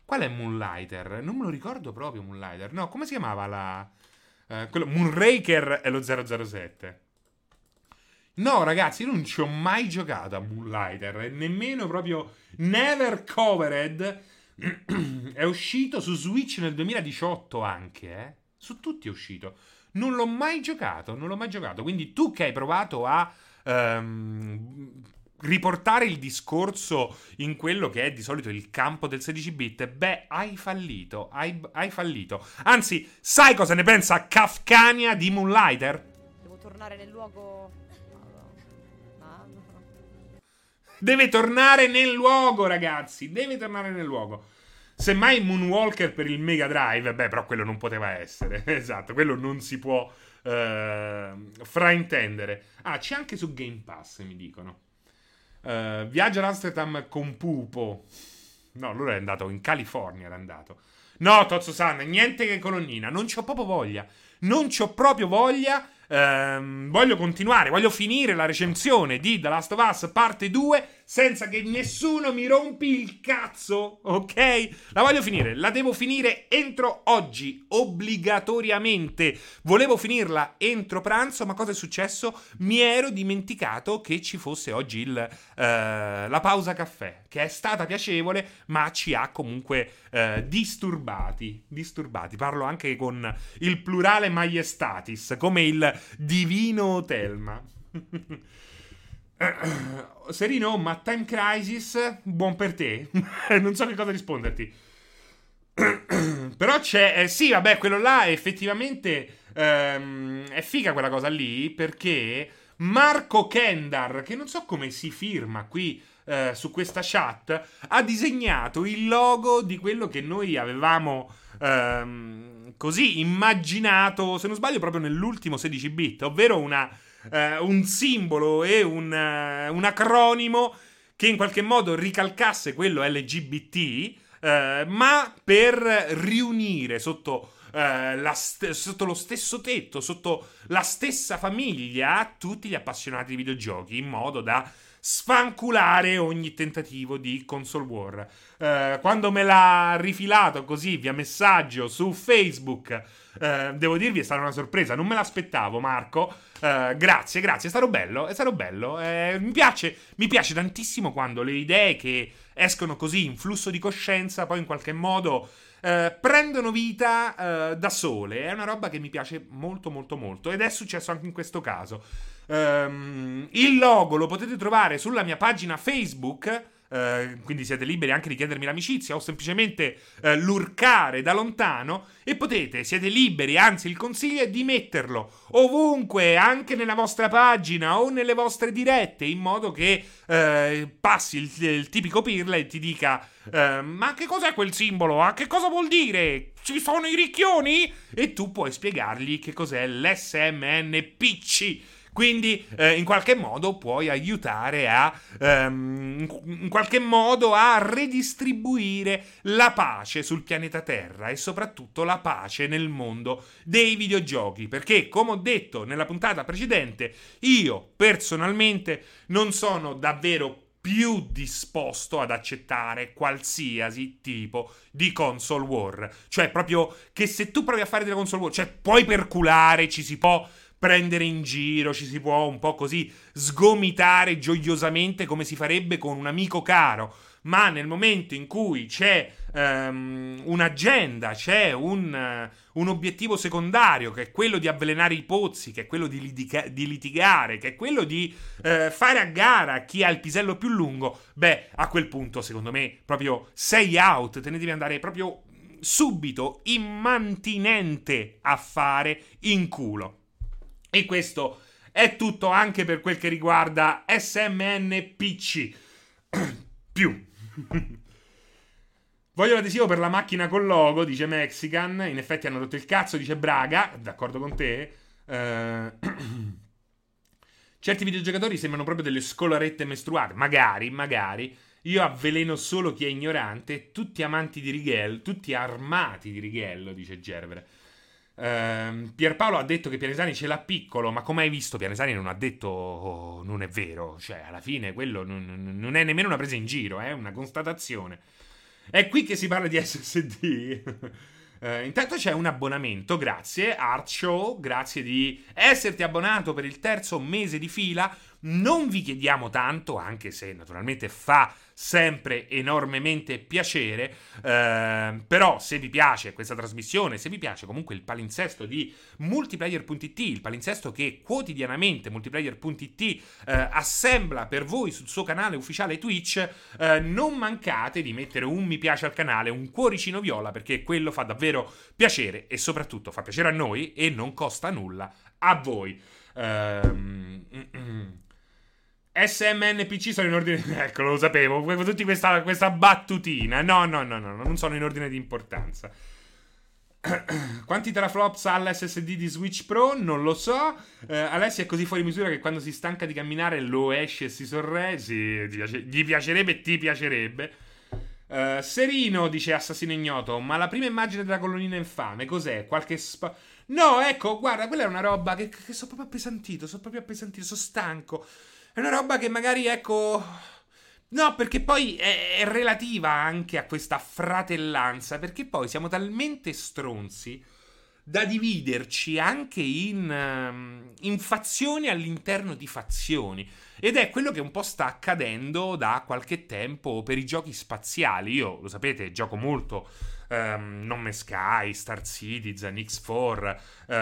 Speaker 1: Qual è Moonlighter? Non me lo ricordo proprio Moonlighter. No, come si chiamava la... Uh, quello, Moonraker è lo zero zero sette. No, ragazzi, io non ci ho mai giocato a Moonlighter. E nemmeno proprio Never Covered. È uscito su Switch nel duemiladiciotto anche, eh. Su tutti è uscito. Non l'ho mai giocato, non l'ho mai giocato. Quindi tu che hai provato a... Um, riportare il discorso in quello che è di solito il campo del sedici bit, beh, hai fallito, hai, hai fallito. Anzi, sai cosa ne pensa Kafkania di Moonlighter?
Speaker 2: Devo tornare nel luogo... Ah, no.
Speaker 1: Deve tornare nel luogo, ragazzi, deve tornare nel luogo. Semmai Moonwalker per il Mega Drive, beh, però quello non poteva essere. Esatto, quello non si può uh, fraintendere. Ah, c'è anche su Game Pass, mi dicono. Uh, viaggio ad Amsterdam con Pupo. No, lui è andato in California. Era andato. No, Tozzo-san, niente che colonnina. Non c'ho proprio voglia. Non c'ho proprio voglia. Uh, voglio continuare. Voglio finire la recensione di The Last of Us parte due senza che nessuno mi rompi il cazzo. Ok? La voglio finire. La devo finire entro oggi. Obbligatoriamente. Volevo finirla entro pranzo. Ma cosa è successo? Mi ero dimenticato che ci fosse oggi il, uh, la pausa caffè. Che è stata piacevole, ma ci ha comunque uh, disturbati. Disturbati. Parlo anche con il plurale maiestatis. Come il divino Telma. Serino, ma Time Crisis buon per te. Non so che cosa risponderti. Però c'è eh, sì, vabbè, quello là effettivamente ehm, è figa quella cosa lì, perché Marco Kendar, che non so come si firma qui eh, su questa chat, ha disegnato il logo di quello che noi avevamo ehm, così immaginato, se non sbaglio proprio nell'ultimo sedici bit, ovvero una Uh, un simbolo e un, uh, un acronimo che in qualche modo ricalcasse quello L G B T, uh, ma per riunire sotto, uh, la st- sotto lo stesso tetto, sotto la stessa famiglia, tutti gli appassionati di videogiochi, in modo da sfanculare ogni tentativo di console war. Uh, quando me l'ha rifilato così via messaggio su Facebook, uh, devo dirvi è stata una sorpresa, non me l'aspettavo, Marco. Uh, grazie, grazie, è stato bello, è stato bello. Eh, mi piace, mi piace tantissimo quando le idee che escono così in flusso di coscienza poi in qualche modo uh, prendono vita uh, da sole. È una roba che mi piace molto molto molto ed è successo anche in questo caso. Um, il logo lo potete trovare sulla mia pagina Facebook. Uh, quindi siete liberi anche di chiedermi l'amicizia o semplicemente uh, lurcare da lontano, e potete, siete liberi, anzi il consiglio è di metterlo ovunque, anche nella vostra pagina o nelle vostre dirette, in modo che uh, passi il, il tipico pirla e ti dica uh, ma che cos'è quel simbolo? A che cosa vuol dire? Ci sono i ricchioni? E tu puoi spiegargli che cos'è l'S M N P C. Quindi eh, in qualche modo puoi aiutare a um, in qualche modo a redistribuire la pace sul pianeta Terra e soprattutto la pace nel mondo dei videogiochi, perché come ho detto nella puntata precedente, io personalmente non sono davvero più disposto ad accettare qualsiasi tipo di console war. Cioè proprio che se tu provi a fare delle console war, cioè puoi perculare, ci si può prendere in giro, ci si può un po' così sgomitare gioiosamente come si farebbe con un amico caro, ma nel momento in cui c'è um, un'agenda, c'è un, uh, un obiettivo secondario, che è quello di avvelenare i pozzi, che è quello di, litiga- di litigare, che è quello di uh, fare a gara chi ha il pisello più lungo, beh, a quel punto secondo me proprio sei out, te ne devi andare proprio subito, immantinente a fare in culo. E questo è tutto anche per quel che riguarda S M N P C. Più. Voglio l'adesivo per la macchina col logo, dice Mexican. In effetti hanno rotto il cazzo, dice Braga. D'accordo con te. Uh... Certi videogiocatori sembrano proprio delle scolarette mestruate. Magari, magari. Io avveleno solo chi è ignorante. Tutti amanti di righello. Tutti armati di righello, dice Gervere. Uh, Pierpaolo ha detto che Pianesani ce l'ha piccolo, ma come hai visto Pianesani non ha detto oh, non è vero, cioè alla fine quello non, non è nemmeno una presa in giro, è una constatazione. È qui che si parla di S S D. Uh, intanto c'è un abbonamento, grazie Art Show, grazie di esserti abbonato per il terzo mese di fila. Non vi chiediamo tanto, anche se naturalmente fa sempre enormemente piacere, uh, però se vi piace questa trasmissione, se vi piace comunque il palinsesto di multiplayer punto it, il palinsesto che quotidianamente multiplayer punto it uh, assembla per voi sul suo canale ufficiale Twitch, uh, non mancate di mettere un mi piace al canale, un cuoricino viola, perché quello fa davvero piacere e soprattutto fa piacere a noi e non costa nulla a voi. Um, S M N P C sono in ordine. Ecco, lo sapevo. Tutti questa, questa battutina. No, no, no, no, non sono in ordine di importanza. Quanti teraflops ha l'S S D di Switch Pro? Non lo so. uh, Alessia è così fuori misura che quando si stanca di camminare lo esce e si sorregge. Sì, gli, piace- gli piacerebbe e ti piacerebbe. uh, Serino dice Assassino Ignoto: ma la prima immagine della colonnina infame cos'è? Qualche spa... No, ecco, guarda, quella è una roba che, che sono proprio appesantito. Sono proprio appesantito, sono stanco. È una roba che magari, ecco... No, perché poi è, è relativa anche a questa fratellanza, perché poi siamo talmente stronzi da dividerci anche in, um, in fazioni all'interno di fazioni. Ed è quello che un po' sta accadendo da qualche tempo per i giochi spaziali. Io, lo sapete, gioco molto um, No Man's Sky, Star Citizen, X quattro,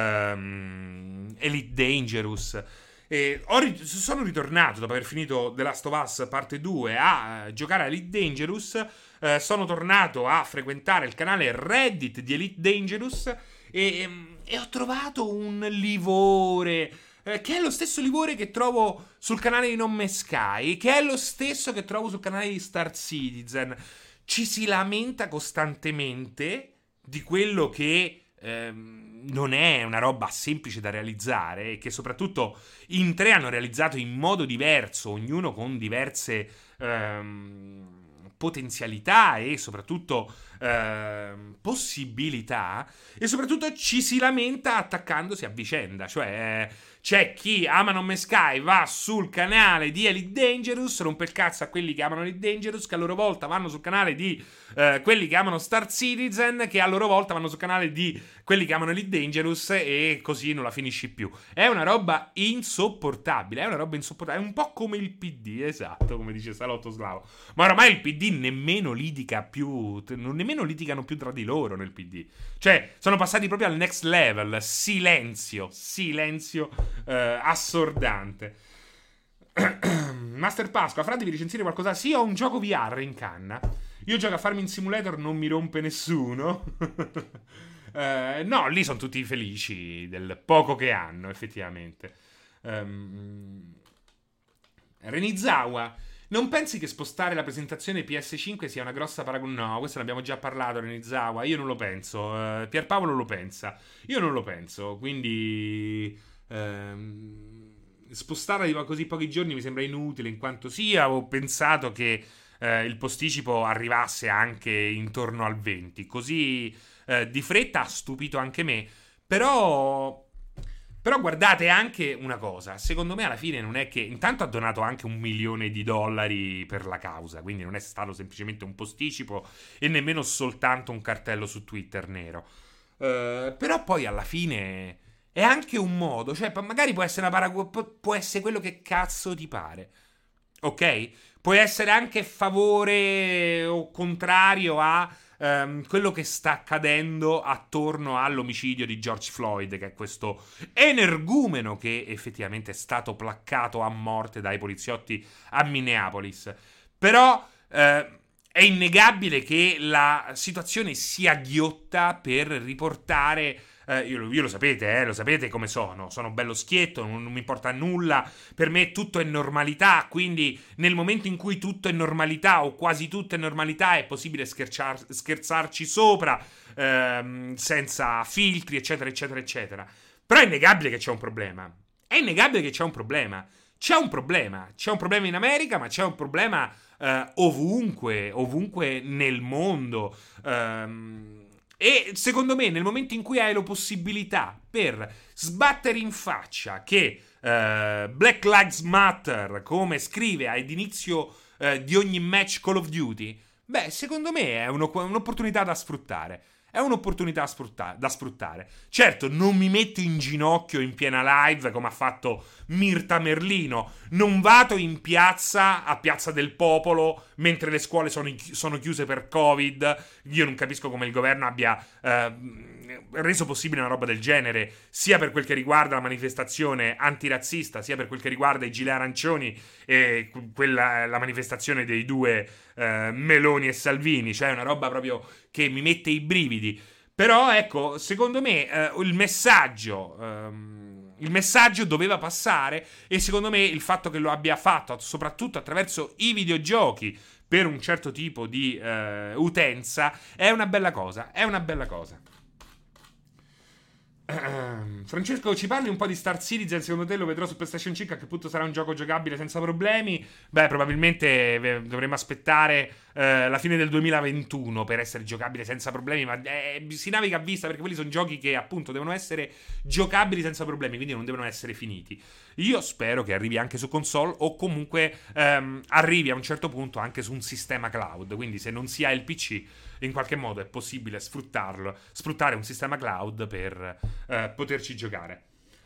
Speaker 1: um, Elite Dangerous... E ho ri- sono ritornato dopo aver finito The Last of Us parte due a uh, giocare a Elite Dangerous. uh, Sono tornato a frequentare il canale Reddit di Elite Dangerous e, e ho trovato un livore eh, che è lo stesso livore che trovo sul canale di No Man's Sky, che è lo stesso che trovo sul canale di Star Citizen. Ci si lamenta costantemente di quello che ehm, non è una roba semplice da realizzare e che soprattutto in tre hanno realizzato in modo diverso, ognuno con diverse ehm, potenzialità e soprattutto ehm, possibilità, e soprattutto ci si lamenta attaccandosi a vicenda. Cioè c'è chi ama No Man's Sky, va sul canale di Elite Dangerous, rompe il cazzo a quelli che amano Elite Dangerous, che a loro volta vanno sul canale di eh, quelli che amano Star Citizen, che a loro volta vanno sul canale di quelli che amano Elite Dangerous, e così non la finisci più. È una roba insopportabile, è una roba insopportabile, è un po' come il P D, esatto, come dice Salotto Slavo. Ma oramai il P D nemmeno litiga più, non nemmeno litigano più tra di loro nel P D. Cioè, sono passati proprio al next level, silenzio, silenzio eh, assordante. Master Pasqua, Fra, devi recensire qualcosa? Sì, ho un gioco V R in canna. Io gioco a Farming Simulator, non mi rompe nessuno. Uh, no, lì sono tutti felici del poco che hanno, effettivamente. um, Renizawa, non pensi che spostare la presentazione P S cinque sia una grossa paragon? No, questo ne abbiamo già parlato, Renizawa. Io non lo penso. uh, Pierpaolo lo pensa. Io non lo penso. Quindi um, spostarla di così pochi giorni mi sembra inutile, in quanto sia ho pensato che uh, il posticipo arrivasse anche intorno al venti. Così Uh, di fretta ha stupito anche me. Però Però guardate anche una cosa. Secondo me alla fine non è che... Intanto ha donato anche un milione di dollari per la causa, quindi non è stato semplicemente un posticipo e nemmeno soltanto un cartello su Twitter nero. uh, Però poi alla fine è anche un modo. Cioè magari può essere una parago- può essere quello che cazzo ti pare, ok? Può essere anche favore o contrario a Um, quello che sta accadendo attorno all'omicidio di George Floyd, che è questo energumeno che effettivamente è stato placcato a morte dai poliziotti a Minneapolis. Però eh, è innegabile che la situazione sia ghiotta per riportare... Uh, io, io lo sapete, eh, lo sapete come sono. Sono bello schietto, non, non mi importa nulla. Per me tutto è normalità. Quindi nel momento in cui tutto è normalità, o quasi tutto è normalità, è possibile scherciar, scherzarci sopra, ehm, senza filtri, eccetera, eccetera, eccetera. Però è innegabile che c'è un problema. È innegabile che c'è un problema. C'è un problema. C'è un problema in America, ma c'è un problema eh, ovunque, ovunque nel mondo. Ehm... E secondo me nel momento in cui hai la possibilità per sbattere in faccia che uh, Black Lives Matter, come scrive ad inizio uh, di ogni match Call of Duty, beh, secondo me è uno- un'opportunità da sfruttare. È un'opportunità da sfrutta- da sfruttare. Certo, non mi metto in ginocchio in piena live come ha fatto Mirta Merlino. Non vado in piazza, a Piazza del Popolo, mentre le scuole sono, chi- sono chiuse per Covid. Io non capisco come il governo abbia eh, reso possibile una roba del genere, sia per quel che riguarda la manifestazione antirazzista, sia per quel che riguarda i gilet arancioni e quella, la manifestazione dei due eh, Meloni e Salvini. Cioè, è una roba proprio che mi mette i brividi. Però, ecco, secondo me eh, il messaggio... Ehm, il messaggio doveva passare, e secondo me il fatto che lo abbia fatto soprattutto attraverso i videogiochi per un certo tipo di eh, utenza è una bella cosa, è una bella cosa. Francesco, ci parli un po' di Star Citizen? Secondo te lo vedrò su PlayStation cinque? A che punto sarà un gioco giocabile senza problemi? Beh, probabilmente eh, dovremmo aspettare eh, la fine del duemilaventuno per essere giocabile senza problemi, ma eh, si naviga a vista, perché quelli sono giochi che appunto devono essere giocabili senza problemi, quindi non devono essere finiti. Io spero che arrivi anche su console, o comunque ehm, arrivi a un certo punto anche su un sistema cloud, quindi se non si ha il P C in qualche modo è possibile sfruttarlo, sfruttare un sistema cloud per eh, poterci giocare.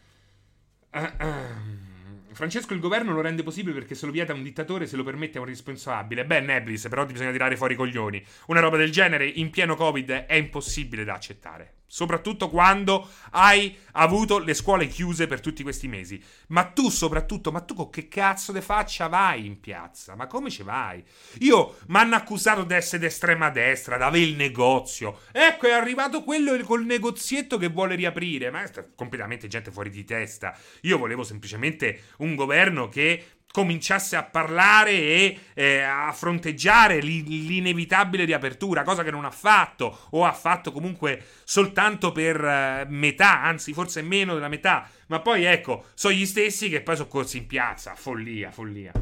Speaker 1: Uh, uh. Francesco, il governo lo rende possibile perché se lo vieta un dittatore, se lo permette a un responsabile. Beh, Neblis, però ti bisogna tirare fuori i coglioni. Una roba del genere in pieno Covid è impossibile da accettare. Soprattutto quando hai avuto le scuole chiuse per tutti questi mesi. Ma tu soprattutto, ma tu con che cazzo de faccia vai in piazza? Ma come ci vai? Io mi hanno accusato di essere d'estrema destra, di avere il negozio. Ecco, è arrivato quello col negozietto che vuole riaprire. Ma è completamente gente fuori di testa. Io volevo semplicemente un governo che cominciasse a parlare e eh, a fronteggiare l'inevitabile riapertura, cosa che non ha fatto, o ha fatto comunque soltanto per eh, metà, anzi forse meno della metà. Ma poi ecco, sono gli stessi che poi sono corsi in piazza. Follia, follia.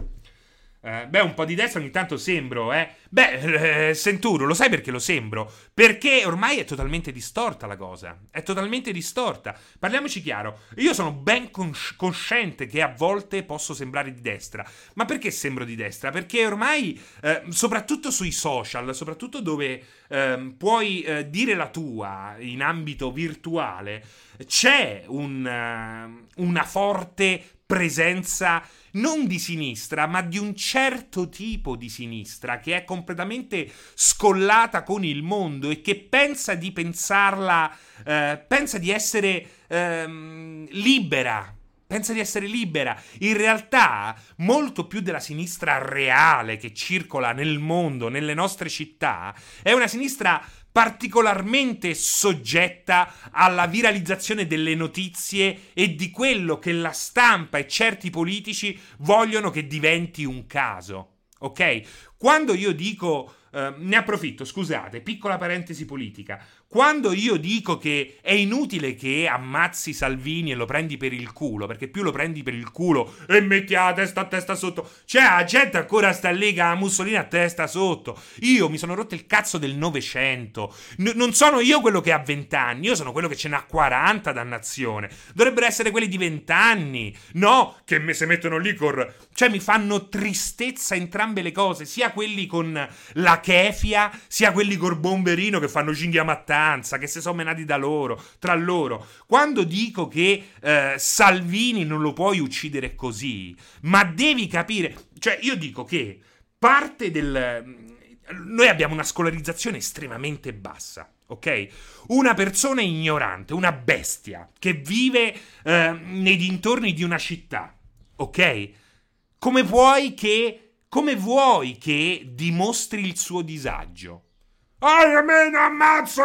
Speaker 1: Eh, beh, un po' di destra ogni tanto sembro, eh. Beh, eh, Senturo, lo sai perché lo sembro? Perché ormai è totalmente distorta la cosa. È totalmente distorta. Parliamoci chiaro. Io sono ben cons- cosciente che a volte posso sembrare di destra. Ma perché sembro di destra? Perché ormai, eh, soprattutto sui social, soprattutto dove eh, puoi eh, dire la tua in ambito virtuale, c'è un, uh, una forte presenza non di sinistra, ma di un certo tipo di sinistra che è completamente scollata con il mondo e che pensa di pensarla, eh, pensa di essere ehm, libera. Pensa di essere libera. In realtà, molto più della sinistra reale che circola nel mondo, nelle nostre città, è una sinistra particolarmente soggetta alla viralizzazione delle notizie e di quello che la stampa e certi politici vogliono che diventi un caso. Ok? Quando io dico, eh, ne approfitto, scusate, piccola parentesi politica. Quando io dico che è inutile che ammazzi Salvini e lo prendi per il culo, perché più lo prendi per il culo e metti la testa a testa sotto, cioè la gente ancora sta lì con la Mussolini a testa sotto. Io mi sono rotto il cazzo del Novecento. N- non sono io quello che ha vent'anni, io sono quello che ce n'ha quaranta, dannazione. Dovrebbero essere quelli di vent'anni. No, che me se mettono lì col... Cioè mi fanno tristezza entrambe le cose, sia quelli con la kefia, sia quelli col bomberino che fanno cinghia mattanza, che si sono menati da loro, tra loro. Quando dico che eh, Salvini non lo puoi uccidere così, ma devi capire, cioè io dico che parte del... Noi abbiamo una scolarizzazione estremamente bassa, ok? Una persona ignorante, una bestia che vive eh, nei dintorni di una città, ok? Come vuoi che come vuoi che dimostri il suo disagio? Ah, me ne ammazzo!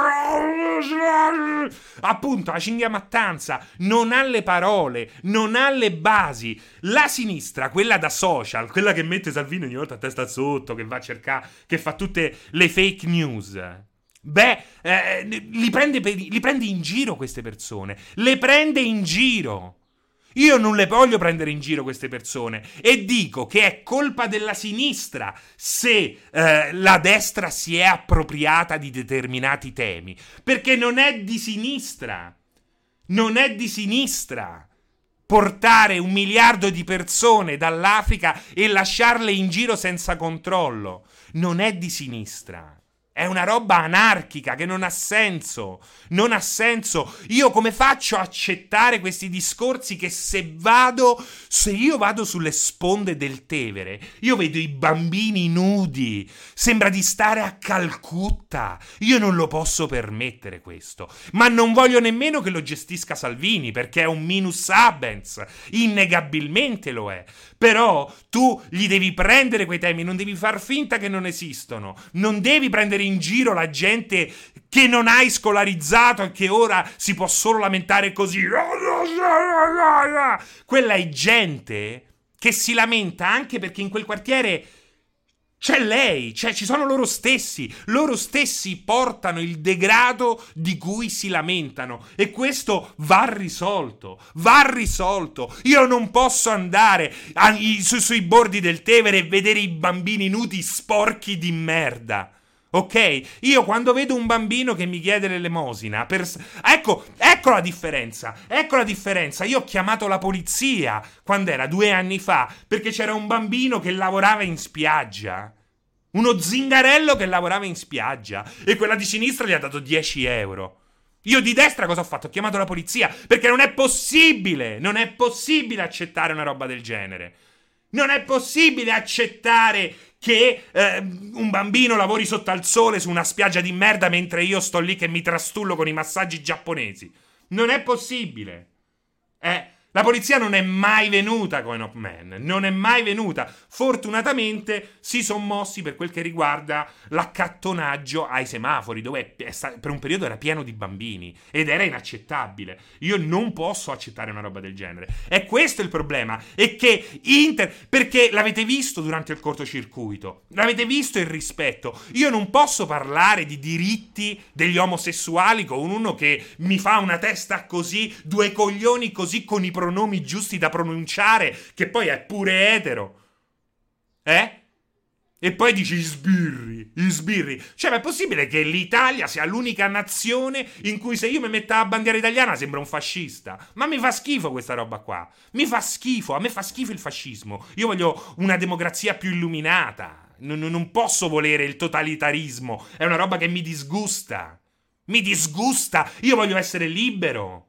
Speaker 1: Appunto, la cinghia mattanza non ha le parole, non ha le basi. La sinistra, quella da social, quella che mette Salvini ogni volta a testa sotto, che va a cercare, che fa tutte le fake news. Beh, eh, li, prende per, li prende in giro queste persone. Le prende in giro. Io non le voglio prendere in giro queste persone e dico che è colpa della sinistra se eh, la destra si è appropriata di determinati temi, perché non è di sinistra, non è di sinistra. portare un miliardo di persone dall'Africa e lasciarle in giro senza controllo. Non è di sinistra. È una roba anarchica che non ha senso. Non ha senso. Io come faccio a accettare questi discorsi che se vado, se io vado sulle sponde del Tevere, io vedo i bambini nudi. Sembra di stare a Calcutta. Io non lo posso permettere questo. Ma non voglio nemmeno che lo gestisca Salvini, perché è un minus abens. Innegabilmente lo è. Però tu gli devi prendere quei temi, non devi far finta che non esistono. Non devi prendere in giro la gente che non hai scolarizzato e che ora si può solo lamentare così. Quella è gente che si lamenta anche perché in quel quartiere c'è lei, cioè ci sono loro stessi, loro stessi portano il degrado di cui si lamentano e questo va risolto, va risolto. Io non posso andare a, i, su, sui bordi del Tevere e vedere i bambini nudi sporchi di merda. Ok? Io quando vedo un bambino che mi chiede l'elemosina per... Ecco, ecco la differenza. Ecco la differenza. Io ho chiamato la polizia quando era due anni fa perché c'era un bambino che lavorava in spiaggia. Uno zingarello che lavorava in spiaggia e quella di sinistra gli ha dato dieci euro. Io di destra cosa ho fatto? Ho chiamato la polizia perché non è possibile. Non è possibile accettare una roba del genere. Non è possibile accettare che eh, un bambino lavori sotto al sole su una spiaggia di merda mentre io sto lì che mi trastullo con i massaggi giapponesi. Non è possibile. Eh, la polizia non è mai venuta con Up Man, non è mai venuta. Fortunatamente si sono mossi per quel che riguarda l'accattonaggio ai semafori, dove per un periodo era pieno di bambini ed era inaccettabile. Io non posso accettare una roba del genere. E questo è il problema, è che Inter... perché l'avete visto durante il cortocircuito, l'avete visto il rispetto. Io non posso parlare di diritti degli omosessuali con uno che mi fa una testa così, due coglioni così con i pronomi giusti da pronunciare, che poi è pure etero. Eh? E poi dici sbirri, sbirri. Cioè, ma è possibile che l'Italia sia l'unica nazione in cui se io mi metto la bandiera italiana sembra un fascista? Ma mi fa schifo questa roba qua. Mi fa schifo, a me fa schifo il fascismo. Io voglio una democrazia più illuminata. Non, non posso volere il totalitarismo. È una roba che mi disgusta. Mi disgusta. Io voglio essere libero.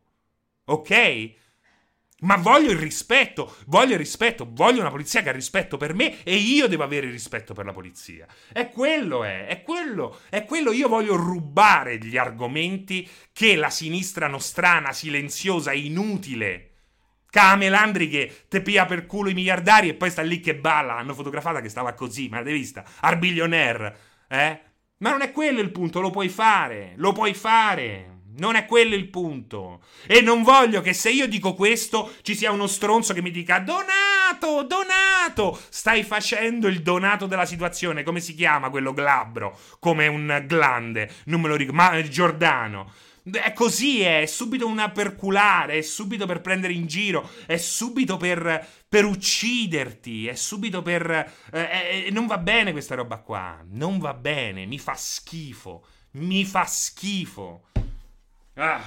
Speaker 1: Ok? Ma voglio il rispetto, voglio il rispetto, voglio una polizia che ha rispetto per me e io devo avere il rispetto per la polizia. È quello, è, è quello, è quello. Io voglio rubare gli argomenti che la sinistra nostrana, silenziosa, inutile, Camelandri che te pia per culo i miliardari e poi sta lì che balla, l'hanno fotografata che stava così, ma l'avete vista? Arbiglionaire, eh? Ma non è quello il punto, lo puoi fare, lo puoi fare. Non è quello il punto. E non voglio che se io dico questo ci sia uno stronzo che mi dica Donato, Donato, stai facendo il Donato della situazione. Come si chiama quello glabro? Come un glande, non me lo ricordo, ma Giordano. È così, è, è subito una perculare, è subito per prendere in giro, è subito per, per ucciderti, è subito per... Eh, eh, non va bene questa roba qua, non va bene, mi fa schifo, mi fa schifo. Ah,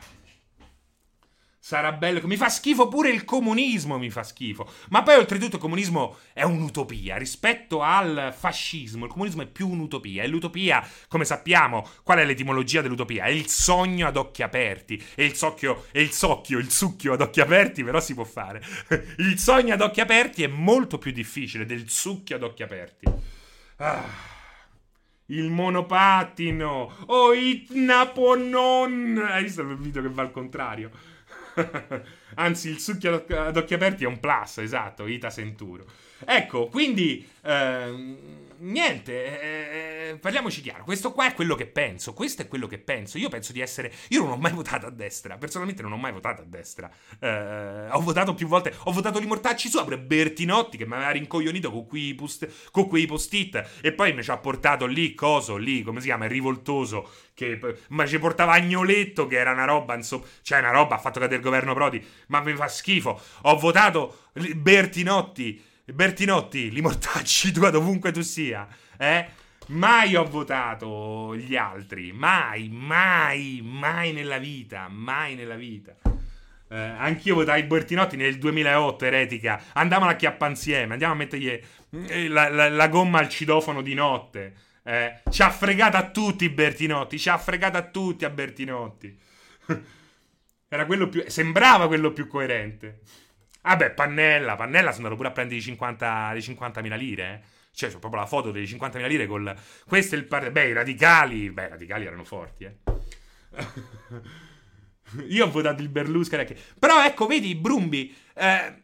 Speaker 1: sarà bello. Mi fa schifo pure il comunismo, mi fa schifo. Ma poi oltretutto il comunismo è un'utopia rispetto al fascismo. Il comunismo è più un'utopia. E l'utopia, come sappiamo, qual è l'etimologia dell'utopia? È il sogno ad occhi aperti. E il socchio, e il socchio, il succhio ad occhi aperti, però si può fare. Il sogno ad occhi aperti è molto più difficile del succhio ad occhi aperti. Ah. Il monopattino. Oh, it naponon. Hai visto il video che va al contrario? Anzi, il succhio ad occhi aperti è un plus, esatto, Ita Senturo. Ecco, quindi ehm, niente, eh, parliamoci chiaro. Questo qua è quello che penso. Questo è quello che penso. Io penso di essere... Io non ho mai votato a destra. Personalmente non ho mai votato a destra. Eh, ho votato più volte. Ho votato li mortacci sopra Bertinotti che mi aveva rincoglionito con quei, post, con quei post-it. E poi mi ci ha portato lì, coso, lì, come si chiama? Il rivoltoso. Che, ma ci portava Agnoletto, che era una roba, insomma, cioè una roba, ha fatto cadere il governo Prodi, ma mi fa schifo. Ho votato Bertinotti, Bertinotti, li mortacci tu dovunque tu sia, eh? Mai ho votato gli altri, mai, mai, mai nella vita, mai nella vita. Eh, anch'io votai Bertinotti nel duemilaotto, eretica. Andiamola a chiappa insieme. Andiamo a mettergli eh, la, la, la gomma al citofono di notte. Eh, ci ha fregato a tutti Bertinotti. Ci ha fregato a tutti a Bertinotti. Era quello più. Sembrava quello più coerente. Vabbè, Pannella. Pannella sono andato pure a prendere i cinquanta, le cinquantamila lire. Eh. Cioè, c'ho proprio la foto delle cinquantamila lire col. Questo è il par. Beh, i radicali. Beh, i radicali erano forti, eh. Io ho votato il Berlusconi. Però ecco, vedi, Brumbi, eh,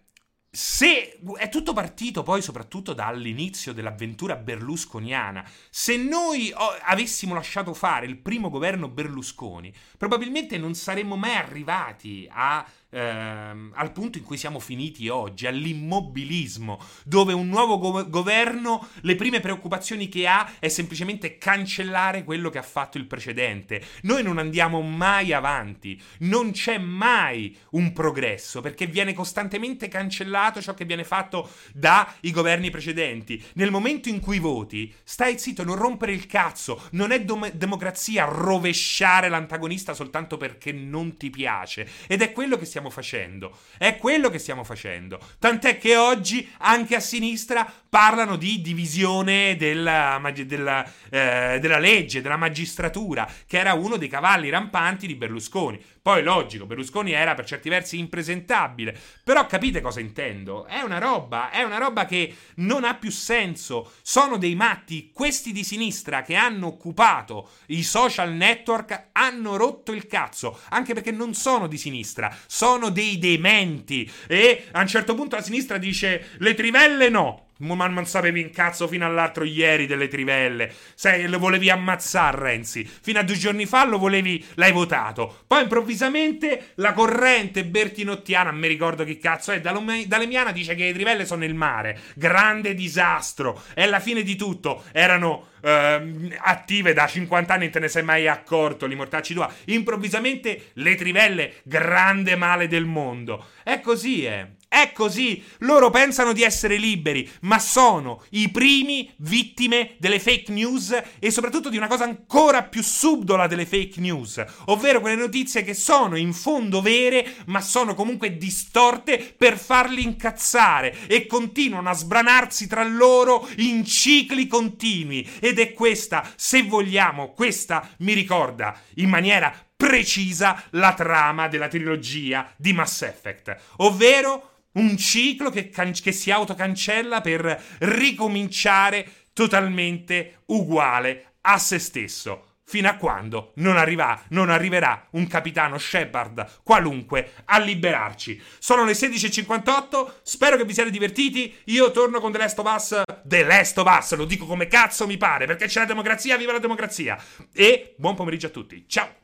Speaker 1: se è tutto partito poi soprattutto dall'inizio dell'avventura berlusconiana. Se noi oh, avessimo lasciato fare il primo governo Berlusconi, probabilmente non saremmo mai arrivati a Ehm, al punto in cui siamo finiti oggi, all'immobilismo, dove un nuovo go- governo, le prime preoccupazioni che ha è semplicemente cancellare quello che ha fatto il precedente. Noi non andiamo mai avanti, non c'è mai un progresso, perché viene costantemente cancellato ciò che viene fatto dai governi precedenti. Nel momento in cui voti, stai zitto, non rompere il cazzo, non è dom- democrazia rovesciare l'antagonista soltanto perché non ti piace, ed è quello che stiamo facendo, è quello che stiamo facendo, tant'è che oggi anche a sinistra parlano di divisione della, della, eh, della legge, della magistratura, che era uno dei cavalli rampanti di Berlusconi. Poi logico, Berlusconi era per certi versi impresentabile, però capite cosa intendo? È una roba, è una roba che non ha più senso, sono dei matti, questi di sinistra che hanno occupato i social network hanno rotto il cazzo, anche perché non sono di sinistra, sono dei dementi, e a un certo punto la sinistra dice le trivelle no. Ma non sapevi un cazzo fino all'altro ieri delle trivelle. Sai, lo volevi ammazzare Renzi. Fino a due giorni fa lo volevi, l'hai votato. Poi improvvisamente la corrente bertinottiana, non mi ricordo che cazzo è, Dalemiana dice che le trivelle sono nel mare. Grande disastro. E alla fine di tutto erano Uh, attive da cinquanta anni, te ne sei mai accorto, li mortacci tua. Improvvisamente le trivelle, grande male del mondo. È così, eh. È così. Loro pensano di essere liberi, ma sono i primi vittime delle fake news, e soprattutto di una cosa ancora più subdola delle fake news, ovvero quelle notizie che sono in fondo vere, ma sono comunque distorte per farli incazzare, e continuano a sbranarsi tra loro in cicli continui. Ed è questa, se vogliamo, questa mi ricorda in maniera precisa la trama della trilogia di Mass Effect, ovvero un ciclo che, can- che si autocancella per ricominciare totalmente uguale a se stesso, fino a quando non, arriva, non arriverà un capitano Shepard qualunque a liberarci. Sono le sedici e cinquantotto, spero che vi siate divertiti. Io torno con The Last of Us. The Last of Us, lo dico come cazzo mi pare, perché c'è la democrazia, viva la democrazia. E buon pomeriggio a tutti, ciao!